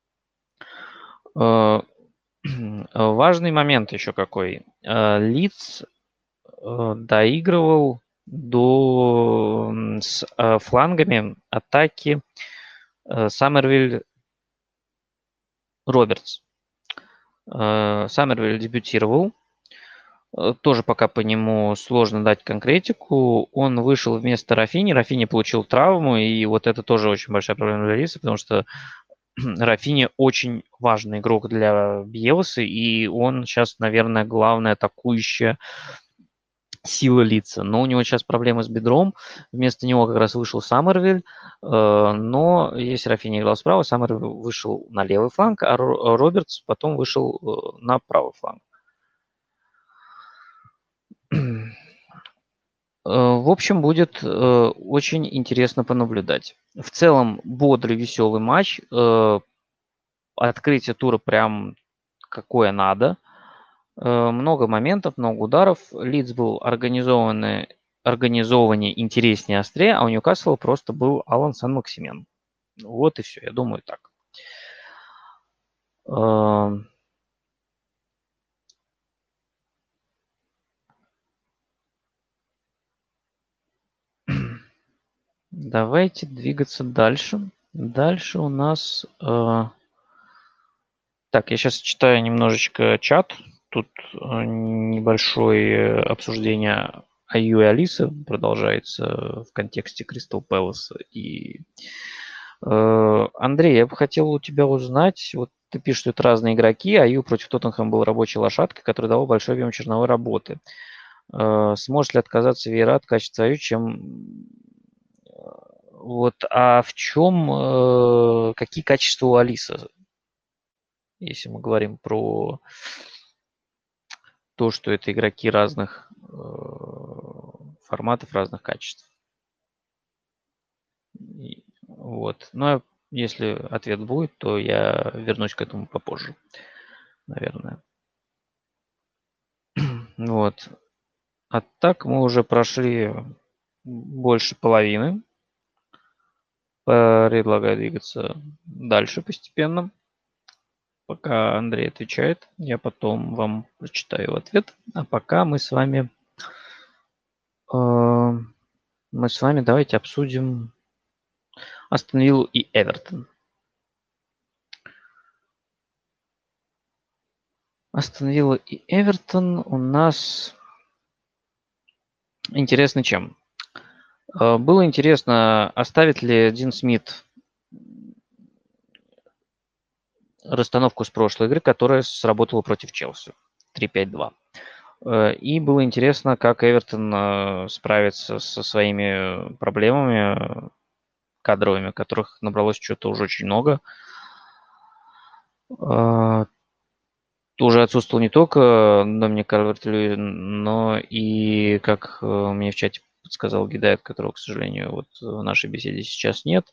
Важный момент еще какой. Лидс доигрывал до с э, флангами атаки э, Саммервиль Робертс. Э, Саммервиль дебютировал. Э, тоже пока по нему сложно дать конкретику. Он вышел вместо Рафини. Рафини получил травму, и вот это тоже очень большая проблема для Риса, потому что Рафини очень важный игрок для Бьелсы, и он сейчас, наверное, главная атакующая сила лица. Но у него сейчас проблемы с бедром. Вместо него как раз вышел Саммервиль. Но если Рафини играл справа, Саммервиль вышел на левый фланг, а Робертс потом вышел на правый фланг. В общем, будет очень интересно понаблюдать. В целом, бодрый, веселый матч. Открытие тура прям какое надо. Много моментов, много ударов. Лидс был организованный, организованнее, интереснее, острее, а у Ньюкасла просто был Алан Сен-Максимен. Вот и все, я думаю так. Давайте двигаться дальше. Дальше у нас... Так, я сейчас читаю немножечко чат. Тут небольшое обсуждение Аю и Алисы продолжается в контексте Кристал Пэласа. И Андрей, я бы хотел у тебя узнать, вот ты пишешь, что это разные игроки, Аю против Тоттенхэма был рабочей лошадкой, которая дала большой объем черновой работы. Сможет ли отказаться Вейра от качества Аю, чем... Вот, а в чем, какие качества у Алисы? Если мы говорим про то, что это игроки разных форматов, разных качеств. И, вот. Но если ответ будет, то я вернусь к этому попозже, наверное. Вот. А так мы уже прошли больше половины. Предлагаю двигаться дальше постепенно. Пока Андрей отвечает, я потом вам прочитаю ответ. А пока мы с вами... Э, мы с вами давайте обсудим Астон Виллу и Эвертон. Астон Вилла и Эвертон у нас интересны чем? Было интересно, оставит ли Дин Смит расстановку с прошлой игры, которая сработала против Челси. три пять два. И было интересно, как Эвертон справится со своими проблемами кадровыми, которых набралось что-то уже очень много. А, Тоже отсутствовал не только Доминик Кальверт-Льюин, но и, как э, мне в чате подсказал Гидает, которого, к сожалению, вот в нашей беседе сейчас нет,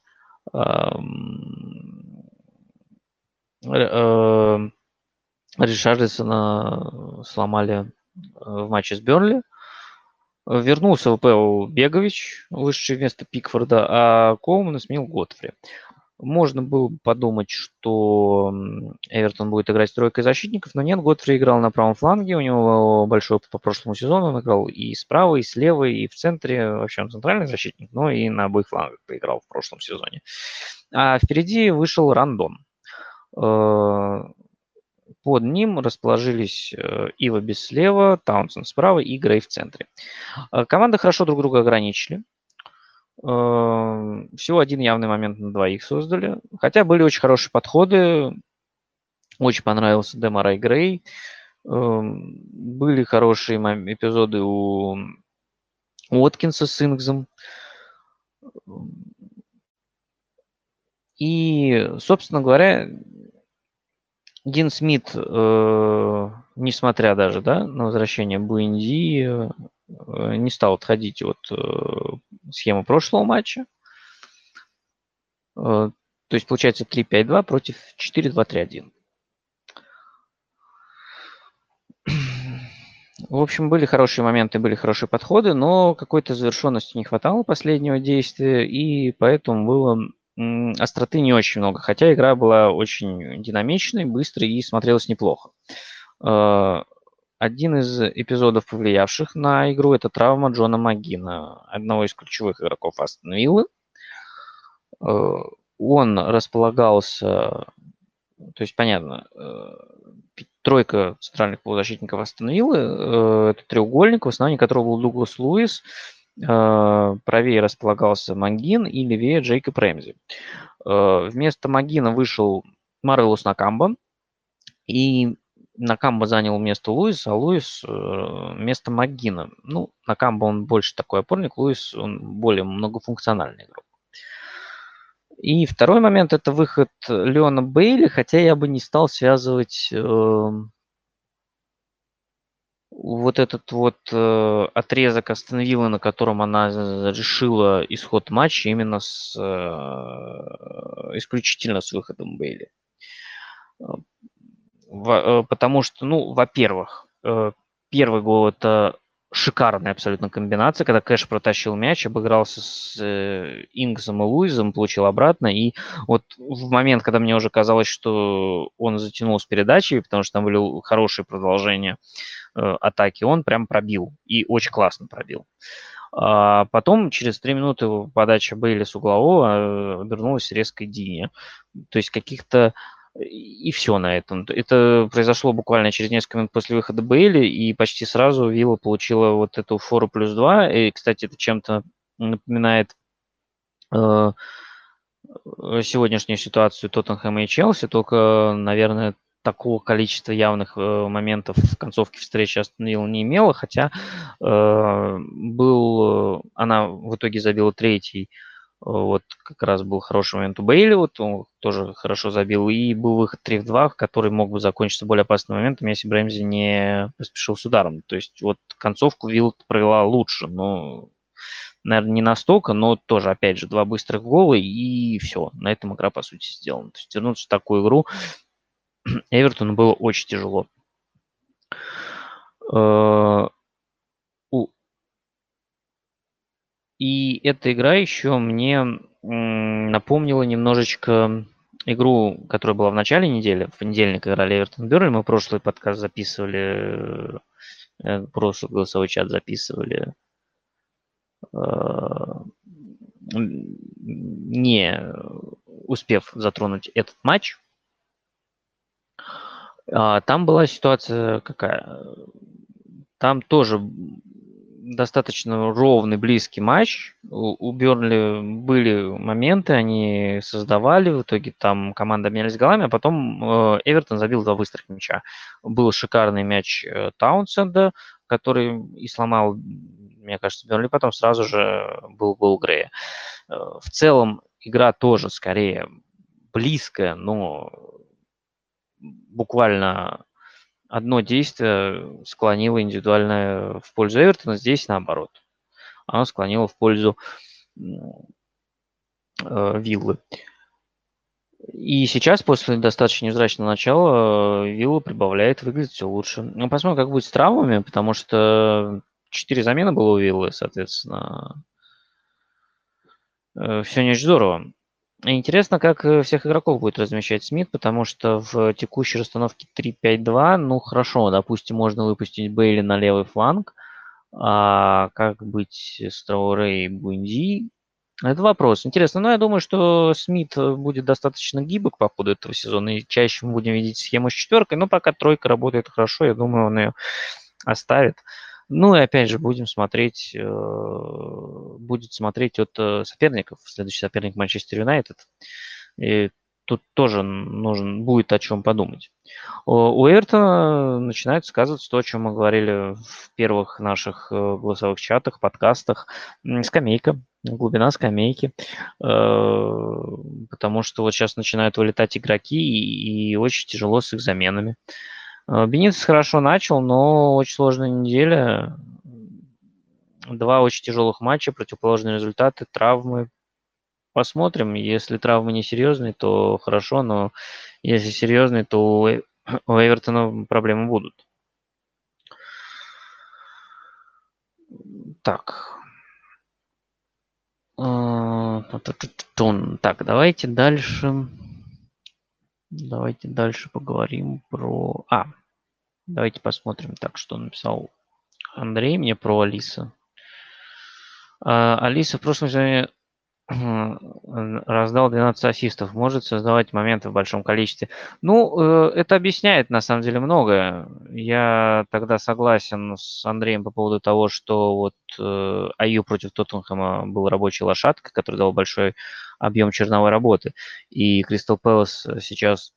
ам, Р- э, Ришарлисона сломали э, в матче с Бернли. Вернулся в ВПЛ Бегович, вышедший вместо Пикфорда, а Коумана сменил Готфри. Можно было бы подумать, что м, Эвертон будет играть с тройкой защитников, но нет, Готфри играл на правом фланге, у него большой опыт по прошлому сезону, он играл и справа, и слева, и в центре, вообще он центральный защитник, но и на обоих флангах поиграл в прошлом сезоне. А впереди вышел Рандон. Э, Под ним расположились э, Ива слева, Таунсенд справа и Грей в центре. Э, Команды хорошо друг друга ограничили. Э, Всего один явный момент на двоих создали. Хотя были очень хорошие подходы. Очень понравился Демарай Грей. Эм, Были хорошие мом- эпизоды у Уоткинса с Ингзом. И, собственно говоря, Дин Смит, э, несмотря даже да, на возвращение Буэнди, э, не стал отходить от э, схемы прошлого матча. Э, то есть получается три пять два против четыре два три один. В общем, были хорошие моменты, были хорошие подходы, но какой-то завершенности не хватало последнего действия, и поэтому было м, остроты не очень много. Хотя игра была очень динамичной, быстрой и смотрелась неплохо. Э, Один из эпизодов, повлиявших на игру, это травма Джона Магина, одного из ключевых игроков Астон Виллы. Э, Он располагался, то есть, понятно, э, пи- тройка центральных полузащитников Астон Виллы, э, это треугольник, в основании которого был Дуглас Луис, э, правее располагался Мангин и левее Джейкоб Рэмзи. Э, Вместо Магина вышел Марвелус Накамба, и Накамба занял место Луиса, а Луис э, место Магина. Ну, Накамба он больше такой опорник, Луис он более многофункциональный игрок. И второй момент – это выход Леона Бейли, хотя я бы не стал связывать э, вот этот вот э, отрезок Астон Виллы, на котором она решила исход матча именно с э, исключительно с выходом Бейли. Во- э, Потому что, ну, во-первых, э, первый гол – это шикарная абсолютно комбинация, когда Кэш протащил мяч, обыгрался с э, Ингсом и Луизом, получил обратно. И вот в момент, когда мне уже казалось, что он затянул с передачей, потому что там были хорошие продолжения э, атаки, он прям пробил. И очень классно пробил. А потом, через три минуты подача Бейли с углового э, обернулась резкой Дине. То есть каких-то и все на этом. Это произошло буквально через несколько минут после выхода Бейли, и почти сразу Вилла получила вот эту фору плюс два. И, кстати, это чем-то напоминает э, сегодняшнюю ситуацию Тоттенхэма и Челси, только, наверное, такого количества явных э, моментов в концовке встречи Астон Вилла не имела, хотя э, был, э, она в итоге забила третий. Вот как раз был хороший момент у Бейли, вот он тоже хорошо забил. И был выход три в два, который мог бы закончиться более опасным моментом, если бы Рэмзи не поспешил с ударом. То есть вот концовку Вилла провела лучше, но, наверное, не настолько, но тоже, опять же, два быстрых гола, и все. На этом игра, по сути, сделана. То есть вернуться в такую игру Эвертону было очень тяжело. Э, И эта игра еще мне напомнила немножечко игру, которая была в начале недели. В понедельник играли Эвертон Бернли. Мы прошлый подкаст записывали, э, прошлый голосовой чат записывали, э, не успев затронуть этот матч. А, Там была ситуация какая? Там тоже достаточно ровный, близкий матч. У, у Бернли были моменты, они создавали, в итоге там команда менялись голами, а потом э, Эвертон забил два быстрых мяча. Был шикарный мяч э, Таунсенда, который и сломал, мне кажется, Бернли, потом сразу же был гол Грея. Э, в целом игра тоже скорее близкая, но буквально одно действие склонило индивидуальное в пользу Эвертона, здесь наоборот. Оно склонило в пользу Виллы. И сейчас, после достаточно невзрачного начала, Вилла прибавляет, выглядит все лучше. Ну, посмотрим, как будет с травмами, потому что четыре замены было у Виллы, соответственно. Все не очень здорово. Интересно, как всех игроков будет размещать Смит, потому что в текущей расстановке три пять два, ну хорошо, допустим, можно выпустить Бейли на левый фланг, а как быть с Трауре и Буэнди? Это вопрос. Интересно, но я думаю, что Смит будет достаточно гибок по ходу этого сезона, и чаще мы будем видеть схему с четверкой, но пока тройка работает хорошо, я думаю, он ее оставит. Ну и опять же, будем смотреть, будет смотреть от соперников. Следующий соперник Манчестер Юнайтед. И тут тоже нужен будет о чем подумать. У Эвертона начинает сказываться то, о чем мы говорили в первых наших голосовых чатах, подкастах. Скамейка, глубина скамейки. Потому что вот сейчас начинают вылетать игроки, и очень тяжело с их заменами. Бенитес хорошо начал, но очень сложная неделя. Два очень тяжелых матча, противоположные результаты, травмы. Посмотрим. Если травмы не серьезные, то хорошо, но если серьезные, то у Эвертона проблемы будут. Так. Так, давайте дальше. Давайте дальше поговорим про... А, давайте посмотрим так, что написал Андрей мне про Алиса. Алиса в прошлом сезоне раздал двенадцать ассистов, может создавать моменты в большом количестве. Ну, это объясняет, на самом деле, многое. Я тогда согласен с Андреем по поводу того, что вот Аю против Тоттенхэма был рабочей лошадкой, который дал большой объем черновой работы. И Кристал Пэлас сейчас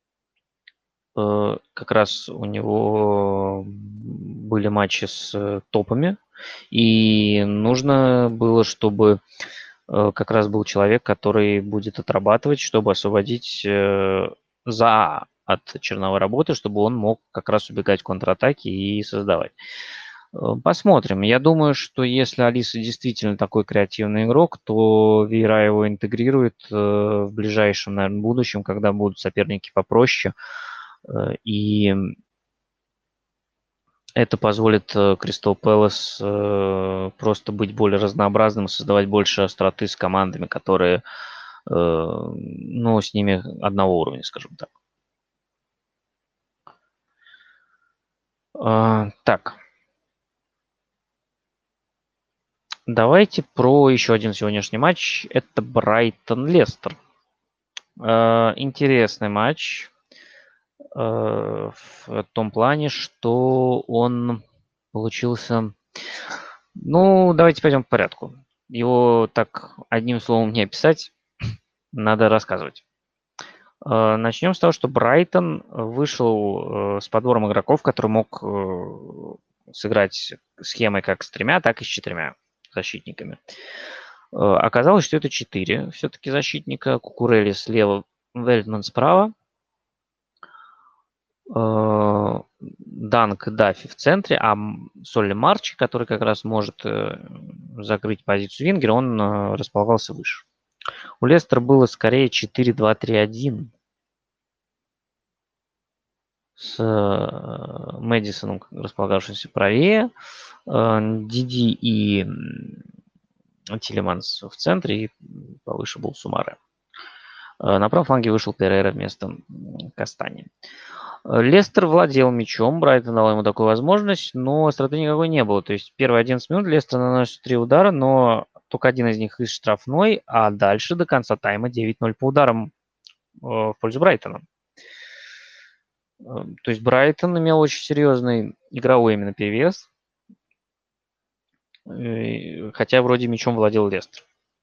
как раз у него были матчи с топами, и нужно было, чтобы как раз был человек, который будет отрабатывать, чтобы освободить за от черновой работы, чтобы он мог как раз убегать в контратаки и создавать. Посмотрим. Я думаю, что если Алиса действительно такой креативный игрок, то Вейра его интегрирует в ближайшем, наверное, будущем, когда будут соперники попроще. И это позволит Кристал Пэлас просто быть более разнообразным, создавать больше остроты с командами, которые, ну, с ними одного уровня, скажем так. Так. Давайте про еще один сегодняшний матч. Это Брайтон-Лестер. Интересный матч в том плане, что он получился... Ну, давайте пойдем по порядку. Его так одним словом не описать, надо рассказывать. Начнем с того, что Брайтон вышел с подбором игроков, который мог сыграть схемой как с тремя, так и с четырьмя защитниками. Оказалось, что это четыре все-таки защитника. Кукурелли слева, Вельтман справа. Данк Даффи в центре, а Солли Марчи, который как раз может закрыть позицию вингера, он располагался выше. У Лестера было скорее четыре два три один с Мэдисоном, располагавшимся правее, Диди и Тилеманс в центре, и повыше был Сумаре. На правом фланге вышел Перейра вместо Кастани. Лестер владел мячом, Брайтон дал ему такую возможность, но стратегии никакой не было. То есть первые одиннадцать минут Лестер наносит три удара, но только один из них из штрафной, а дальше до конца тайма девять ноль по ударам в пользу Брайтона. То есть Брайтон имел очень серьезный игровой именно перевес, хотя вроде мячом владел Лестер.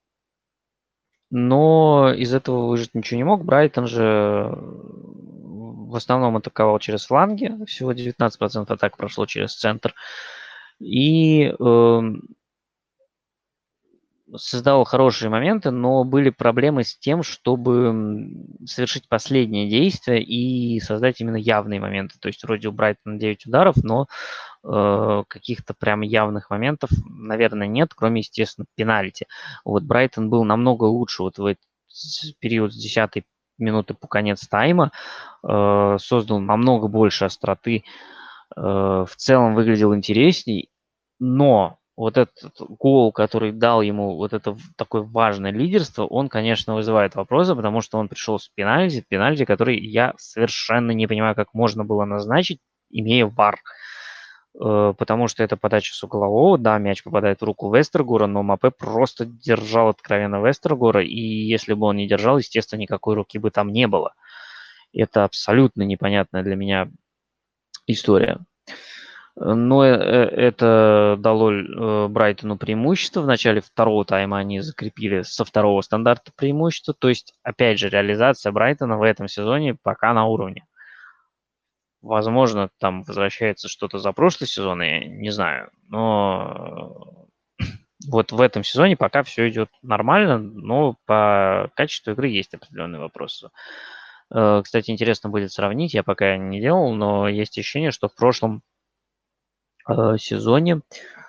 Но из этого выжить ничего не мог. Брайтон же в основном атаковал через фланги. Всего девятнадцать процентов атак прошло через центр. И э, создавал хорошие моменты, но были проблемы с тем, чтобы совершить последнее действие и создать именно явные моменты. То есть вроде у Брайтона девять ударов, но э, каких-то прям явных моментов, наверное, нет, кроме, естественно, пенальти. Вот Брайтон был намного лучше вот в этот период с десятой минуты по конец тайма, э, создал намного больше остроты, э, в целом выглядел интересней, но вот этот гол, который дал ему вот это такое важное лидерство, он, конечно, вызывает вопросы, потому что он пришел с пенальти, пенальти, который я совершенно не понимаю, как можно было назначить, имея вар. Потому что это подача с углового, да, мяч попадает в руку Вестергора, но Мапе просто держал откровенно Вестергора, и если бы он не держал, естественно, никакой руки бы там не было. Это абсолютно непонятная для меня история. Но это дало Брайтону преимущество. В начале второго тайма они закрепили со второго стандарта преимущество. То есть, опять же, реализация Брайтона в этом сезоне пока на уровне. Возможно, там возвращается что-то за прошлый сезон, я не знаю. Но вот в этом сезоне пока все идет нормально, но по качеству игры есть определенные вопросы. Кстати, интересно будет сравнить, я пока не делал, но есть ощущение, что в прошлом сезоне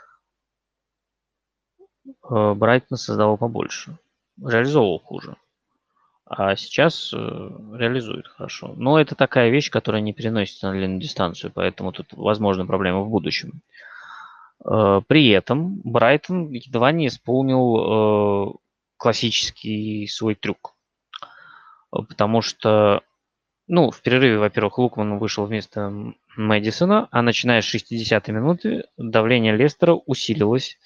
Брайтон создавал побольше, реализовывал хуже. А сейчас реализует хорошо. Но это такая вещь, которая не переносится на длинную дистанцию, поэтому тут возможны проблемы в будущем. При этом Брайтон едва не исполнил классический свой трюк. Потому что, ну, в перерыве, во-первых, Лукман вышел вместо Мэдисона, а начиная с шестидесятой минуты давление Лестера усилилось.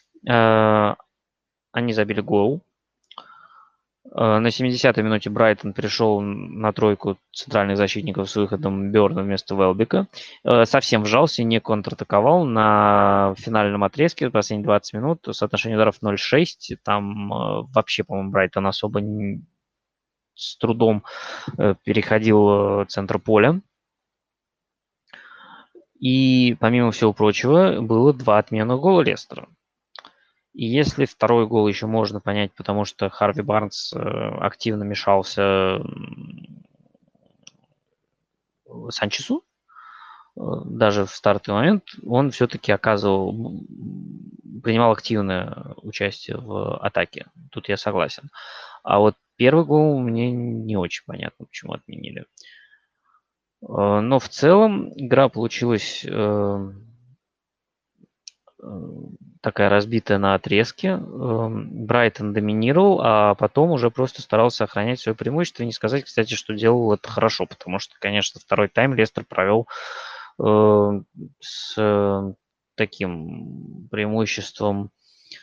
Они забили гол. На семидесятой минуте Брайтон перешел на тройку центральных защитников с выходом Бёрна вместо Велбека. Совсем вжался, не контратаковал. На финальном отрезке последние двадцать минут соотношение ударов ноль шесть. Там вообще, по-моему, Брайтон особо не... с трудом переходил центр поля. И, помимо всего прочего, было два отменных гола Лестера. И если второй гол еще можно понять, потому что Харви Барнс активно мешался Санчесу, даже в стартовый момент, он все-таки оказывал, принимал активное участие в атаке. Тут я согласен. А вот первый гол мне не очень понятно, почему отменили. Но в целом игра получилась такая разбитая на отрезке. Брайтон доминировал, а потом уже просто старался сохранять свое преимущество. И не сказать, кстати, что делал это хорошо, потому что, конечно, второй тайм Лестер провел э, с таким преимуществом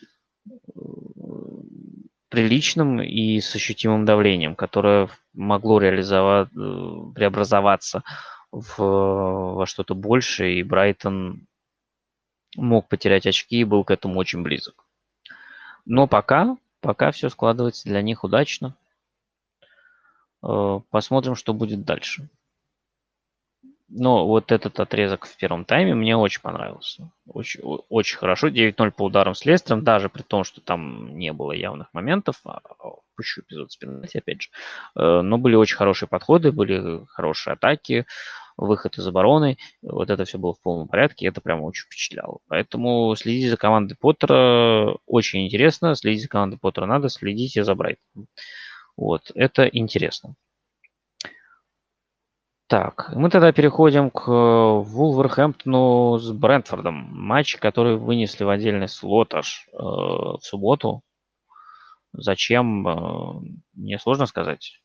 приличным и с ощутимым давлением, которое могло реализовать, преобразоваться в, во что-то большее, и Брайтон мог потерять очки и был к этому очень близок. Но пока, пока все складывается для них удачно. Посмотрим, что будет дальше. Но вот этот отрезок в первом тайме мне очень понравился. Очень, очень хорошо. девять ноль по ударам с Лестером, даже при том, что там не было явных моментов. Пущу эпизод с пенальти, опять же. Но были очень хорошие подходы, были хорошие атаки, выход из обороны. Вот это все было в полном порядке, и это прямо очень впечатляло. Поэтому следите за командой Поттера. Очень интересно. Следить за командой Поттера надо, следите за Брайтоном. Вот, это интересно. Так, мы тогда переходим к Вулверхэмптону с Брентфордом. Матч, который вынесли в отдельный слот аж э, в субботу. Зачем, э, мне сложно сказать.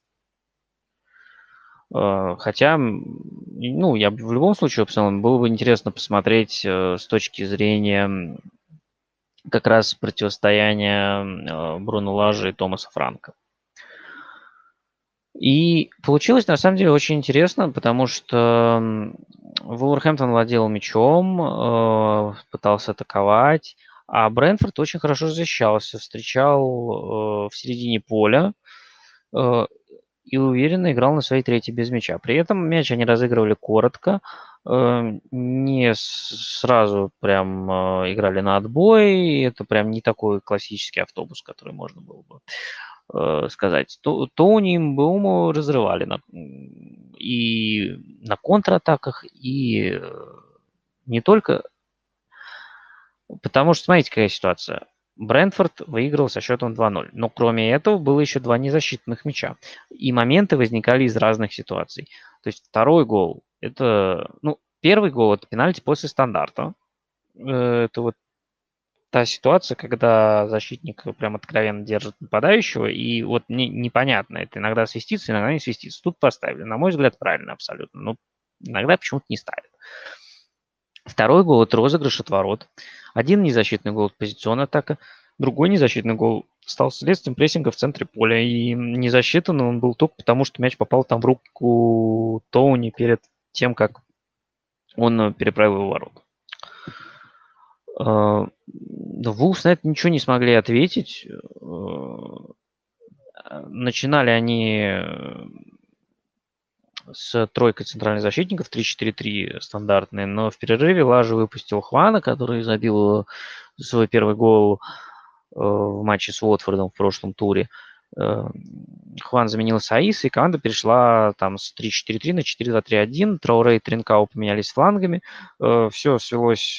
Э, хотя, ну, я в любом случае, в целом, было бы интересно посмотреть э, с точки зрения как раз противостояния э, Бруно Лажа и Томаса Франка. И получилось, на самом деле, очень интересно, потому что Вулверхэмптон владел мячом, э, пытался атаковать, а Брентфорд очень хорошо защищался, встречал э, в середине поля э, и уверенно играл на своей трети без мяча. При этом мяч они разыгрывали коротко, э, не сразу прям э, играли на отбой. Это прям не такой классический автобус, который можно было бы э, сказать. То, Тони и Мбоуму разрывали на, и на контратаках, и э, не только. Потому что, смотрите, какая ситуация. Брентфорд выиграл со счетом два ноль. Но кроме этого было еще два незащитных мяча. И моменты возникали из разных ситуаций. То есть второй гол, это, ну, первый гол это пенальти после стандарта. Э, Это вот та ситуация, когда защитник прям откровенно держит нападающего, и вот не, непонятно, это иногда свистится, иногда не свистится. Тут поставили, на мой взгляд, правильно абсолютно, но иногда почему-то не ставят. Второй гол – это розыгрыш от ворот. Один незащитный гол – это позиционная атака. Другой незащитный гол стал следствием прессинга в центре поля. И не засчитан он был только потому, что мяч попал там в руку Тоуни перед тем, как он переправил его в ворота. Вулфс на это ничего не смогли ответить. Начинали они с тройкой центральных защитников, три четыре три стандартные, но в перерыве Лажа выпустил Хвана, который забил свой первый гол в матче с Уотфордом в прошлом туре. Хван заменил Саиса, и команда перешла там с три четыре три на четыре два три один. Трауре и Тринкау поменялись флангами. Все свелось...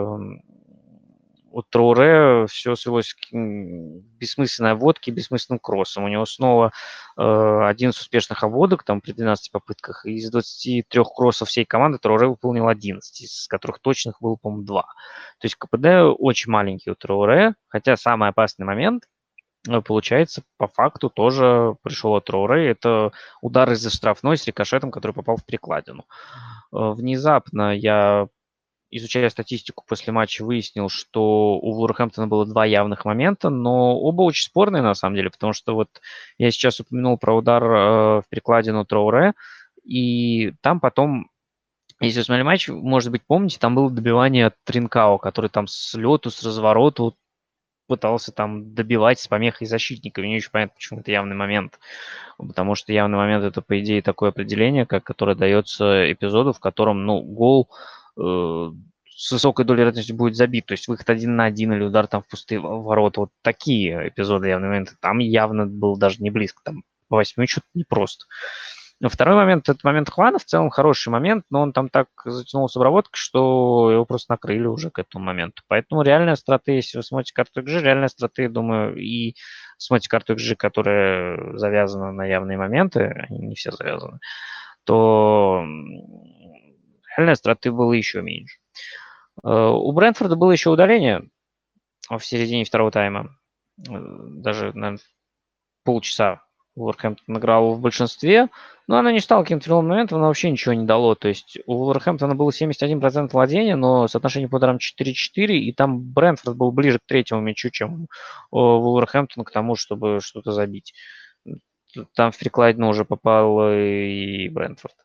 У Трауре все свелось к бессмысленной обводке и бессмысленным кроссом. У него снова э, одиннадцать успешных обводок там при двенадцати попытках. И из двадцати трёх кроссов всей команды Трауре выполнил одиннадцать, из которых точных было, по-моему, два. То есть КПД очень маленький у Трауре, хотя самый опасный момент, получается, по факту тоже пришел от Трауре. Это удар из-за штрафной с рикошетом, который попал в перекладину. Внезапно я, изучая статистику после матча, выяснил, что у Вулверхэмптона было два явных момента, но оба очень спорные на самом деле, потому что вот я сейчас упомянул про удар э, в перекладину Трауре, и там потом, если вы смотрели матч, может быть, помните, там было добивание от Тринкао, который там с лету, с развороту пытался там добивать с помехой защитника. Мне не очень понятно, почему это явный момент. Потому что явный момент – это, по идее, такое определение, как, которое дается эпизоду, в котором, ну, гол э, с высокой долей вероятности будет забит. То есть выход один на один или удар там в пустые ворота. Вот такие эпизоды, явные моменты. Там явно был даже не близко. Там по восьми что-то непросто. Но второй момент – это момент Хвана. В целом хороший момент, но он там так затянул с обработкой, что его просто накрыли уже к этому моменту. Поэтому реальная стратегия, если вы смотрите карту икс джи, реальная стратегия, думаю, и смотрите карту икс джи, которая завязана на явные моменты, они не все завязаны, то реальная стратегия была еще меньше. У Брентфорда было еще удаление в середине второго тайма. Даже, наверное, полчаса Вулверхэмптон играл в большинстве, но она не стала каким-то переломным моментом, она вообще ничего не дало. То есть у Вулверхэмптона было семьдесят один процент владения, но соотношение по ударам четыре четыре, и там Брентфорд был ближе к третьему мячу, чем Вулверхэмптон к тому, чтобы что-то забить. Там в перекладину уже попал и Брентфорд.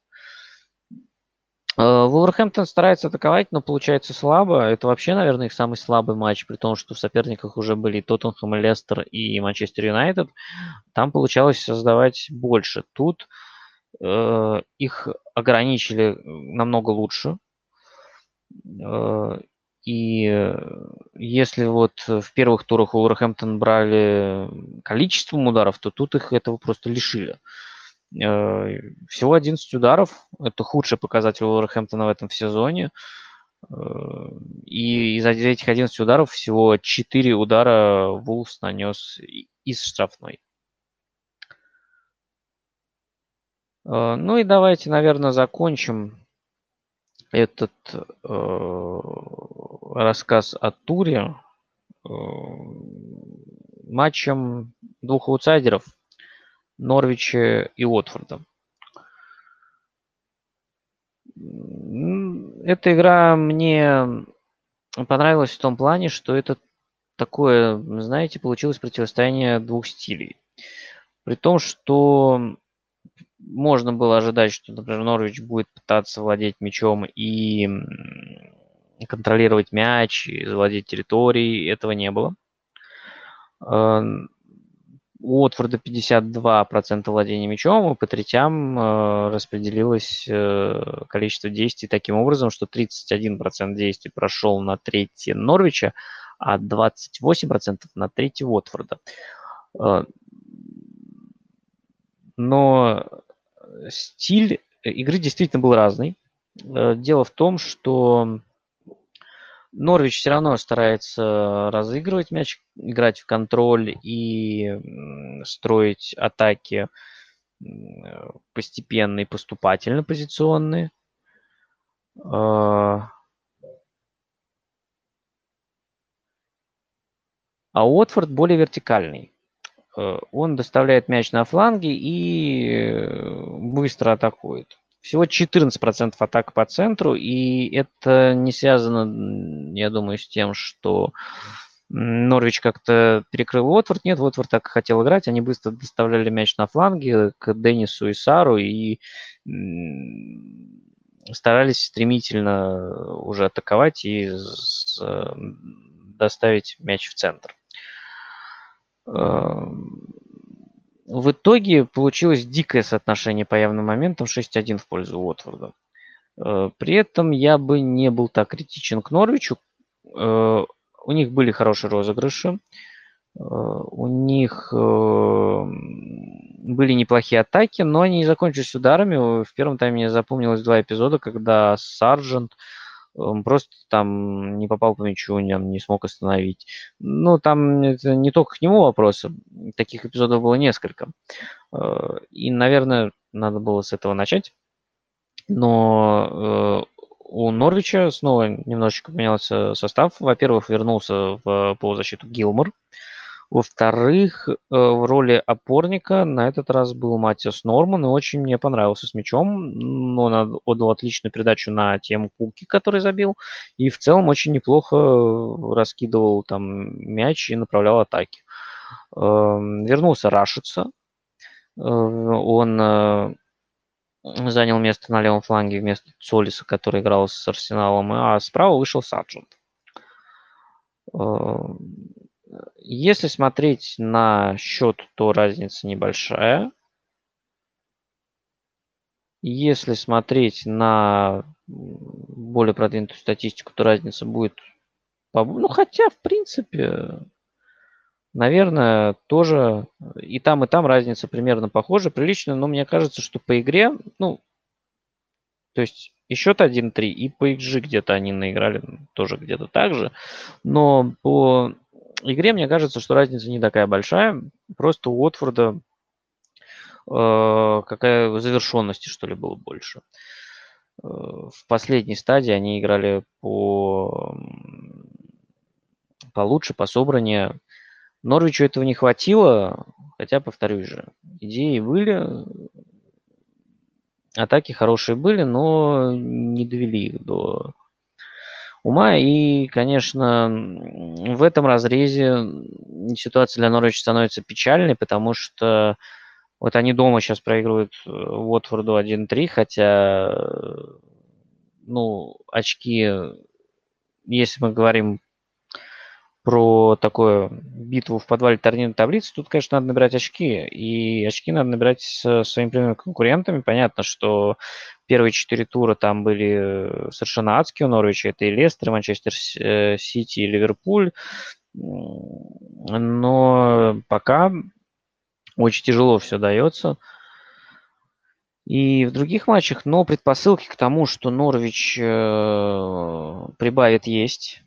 Вулверхэмптон старается атаковать, но получается слабо. Это вообще, наверное, их самый слабый матч, при том, что в соперниках уже были Тоттенхэм, и Лестер и Манчестер Юнайтед. Там получалось создавать больше. Тут э, их ограничили намного лучше. Э, и если вот в первых турах Вулверхэмптон брали количеством ударов, то тут их этого просто лишили. Всего одиннадцать ударов. Это худший показатель Вулверхэмптона в этом сезоне. И из этих одиннадцати ударов всего четыре удара Вулфс нанес из штрафной. Ну и давайте, наверное, закончим этот э, рассказ о туре э, матчем двух аутсайдеров Норвича и Уотфорда. Эта игра мне понравилась в том плане, что это такое, знаете, получилось противостояние двух стилей. При том, что можно было ожидать, что, например, Норвич будет пытаться владеть мячом и контролировать мяч, и завладеть территорией. Этого не было. у Уотфорда пятьдесят два процента владения мячом, и по третям э, распределилось э, количество действий таким образом, что тридцать один процент действий прошел на третье Норвича, а двадцать восемь процентов на третье Уотфорда. Э, но стиль игры действительно был разный. Э, дело в том, что Норвич все равно старается разыгрывать мяч, играть в контроль и м, строить атаки м, постепенно и поступательно позиционные. А а Уотфорд более вертикальный. Э, Он доставляет мяч на фланге и э, быстро атакует. Всего четырнадцать процентов атак по центру, и это не связано, м, я думаю, с тем, что м, Норвич как-то перекрыл Уотфорд. Нет, Уотфорд так хотел играть. Они быстро доставляли мяч на фланге к Деннису и Сару и м, старались стремительно уже атаковать и с- э, доставить мяч в центр. Э, В итоге получилось дикое соотношение по явным моментам шесть один в пользу Уотфорда. Э, При этом я бы не был так критичен к Норвичу. Э, У них были хорошие розыгрыши. Э, У них э, были неплохие атаки, но они не закончились ударами. В первом тайме мне запомнилось два эпизода, когда Сарджент он просто там не попал по мячу, не, не смог остановить. Ну, там это не только к нему вопросы. Таких эпизодов было несколько. Э, И, наверное, надо было с этого начать. Но э, у Норвича снова немножечко поменялся состав. Во-первых, вернулся в полузащиту Гилмор. Во-вторых, э, в роли опорника на этот раз был Матиас Норман, и очень мне понравился с мячом. Но он отдал отличную передачу на тему Пуки, который забил, и в целом очень неплохо э, раскидывал там мяч и направлял атаки. Эм, Вернулся Рашица. Э, Он э, занял место на левом фланге вместо Цолиса, который играл с Арсеналом, а справа вышел Сарджент. Э, Если смотреть на счет, то разница небольшая. Если смотреть на более продвинутую статистику, то разница будет... Ну, хотя, в принципе, наверное, тоже и там, и там разница примерно похожа, прилично, но мне кажется, что по игре, ну, то есть и счет один три, и по икс джи где-то они наиграли тоже где-то так же. Но по игре мне кажется, что разница не такая большая. Просто у Уотфорда э, какая завершенности, что ли, было больше. Э, в последней стадии они играли по получше, по собраннее. Норвичу этого не хватило, хотя, повторюсь же, идеи были, атаки хорошие были, но не довели их до ума. И, конечно, в этом разрезе ситуация для Норвича становится печальной, потому что вот они дома сейчас проигрывают э, Уотфорду один три, хотя, э, ну, очки, если мы говорим про такую битву в подвале турнирной таблицы, тут, конечно, надо набирать очки. И очки надо набирать с своими прямыми конкурентами. Понятно, что первые четыре тура там были совершенно адские у Норвича. Это и Лестер, и Манчестер э, Сити, и Ливерпуль. Но пока очень тяжело все дается. И в других матчах, но предпосылки к тому, что Норвич э, прибавит, есть.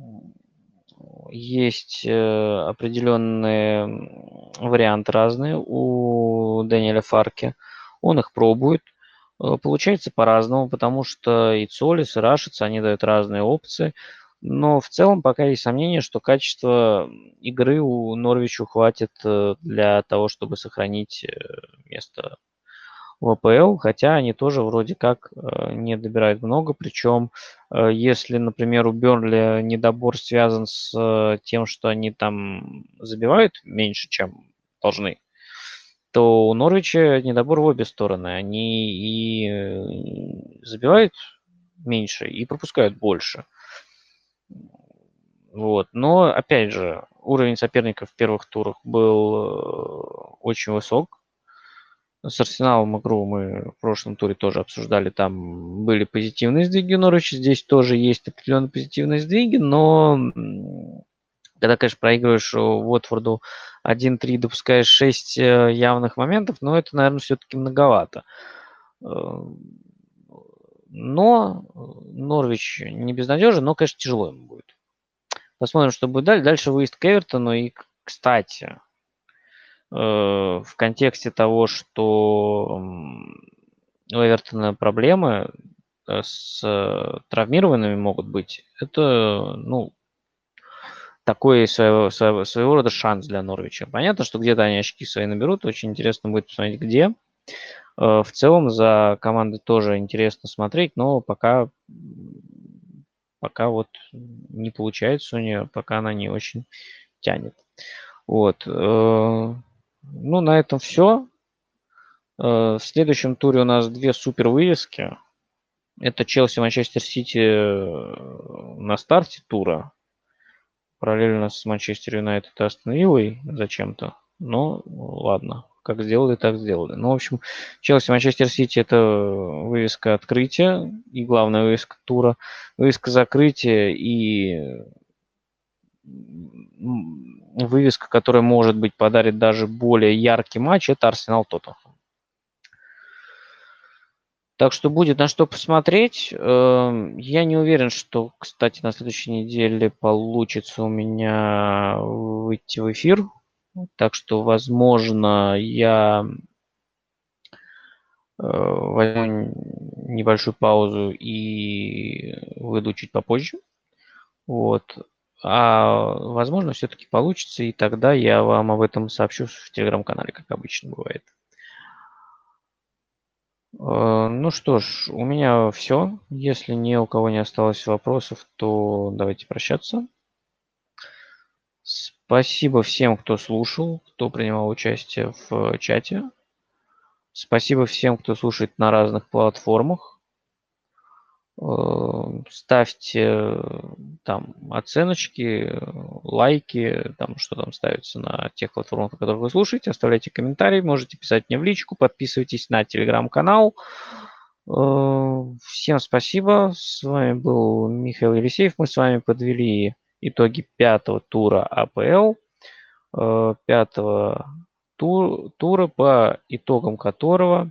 Есть э, определенные варианты разные у Дэниеля Фарки. Он их пробует. Э, Получается по-разному, потому что и Цолис, и Рашиц, они дают разные опции. Но в целом пока есть сомнение, что качество игры у Норвичу хватит э, для того, чтобы сохранить э, место в АПЛ, хотя они тоже вроде как э, не добирают много. Причем, э, если, например, у Бернли недобор связан с э, тем, что они там забивают меньше, чем должны, то у Норвича недобор в обе стороны. Они и э, забивают меньше, и пропускают больше. Вот. Но, опять же, уровень соперников в первых турах был очень высок. С Арсеналом игру мы в прошлом туре тоже обсуждали. Там были позитивные сдвиги у Норвича. Здесь тоже есть определенные позитивные сдвиги, но когда, конечно, проигрываешь Уотфорду один-три, допускаешь шесть явных моментов, но это, наверное, все-таки многовато. Но Норвич не безнадежен, но, конечно, тяжело ему будет. Посмотрим, что будет дальше. Дальше выезд к Эвертону. И, кстати, в контексте того, что у Эвертона проблемы с травмированными могут быть, это, ну, такой своего, своего, своего рода шанс для Норвича. Понятно, что где-то они очки свои наберут. Очень интересно будет посмотреть, где. В целом за командой тоже интересно смотреть, но пока, пока вот не получается у нее, пока она не очень тянет. Вот. Ну, на этом все. В следующем туре у нас две супер вывески. Это Челси, Манчестер Сити на старте тура. Параллельно с Манчестер Юнайтед и Астон Виллой зачем-то. Но ладно, как сделали, так сделали. Ну, в общем, Челси, Манчестер Сити – это вывеска открытия и главная вывеска тура. Вывеска закрытия и вывеска, которая, может быть, подарит даже более яркий матч – это Арсенал-Тоттенхэм. Так что будет на что посмотреть. Я не уверен, что, кстати, на следующей неделе получится у меня выйти в эфир. Так что, возможно, я возьму небольшую паузу и выйду чуть попозже. Вот. А возможно, все-таки получится, и тогда я вам об этом сообщу в телеграм-канале, как обычно бывает. Ну что ж, у меня все. Если ни у кого не осталось вопросов, то давайте прощаться. Спасибо всем, кто слушал, кто принимал участие в чате. Спасибо всем, кто слушает на разных платформах. Ставьте там оценочки, лайки, там что там ставится на тех платформах, на которых вы слушаете. Оставляйте комментарии, можете писать мне в личку, подписывайтесь на телеграм-канал. Всем спасибо. С вами был Михаил Елисеев. Мы с вами подвели итоги пятого тура АПЛ. Пятого тур, тура, по итогам которого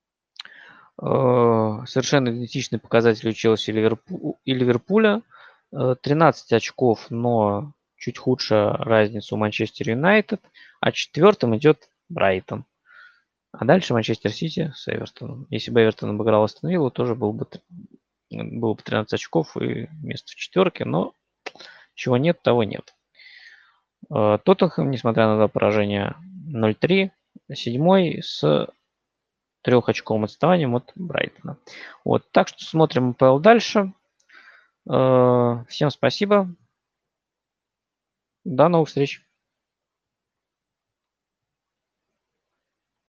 совершенно идентичный показатель у Челси и Ливерпуля. тринадцать очков, но чуть худшая разница у Манчестер Юнайтед. А четвертым идет Брайтон. А дальше Манчестер Сити с Эвертоном. Если бы Эвертон обыграл Астон Виллу, тоже был бы, было бы тринадцать очков и место в четверке. Но чего нет, того нет. Тоттенхэм, несмотря на два поражения, ноль три. Седьмой с трехочковым отставанием от Брайтона. Вот, так что смотрим АПЛ дальше. Всем спасибо. До новых встреч.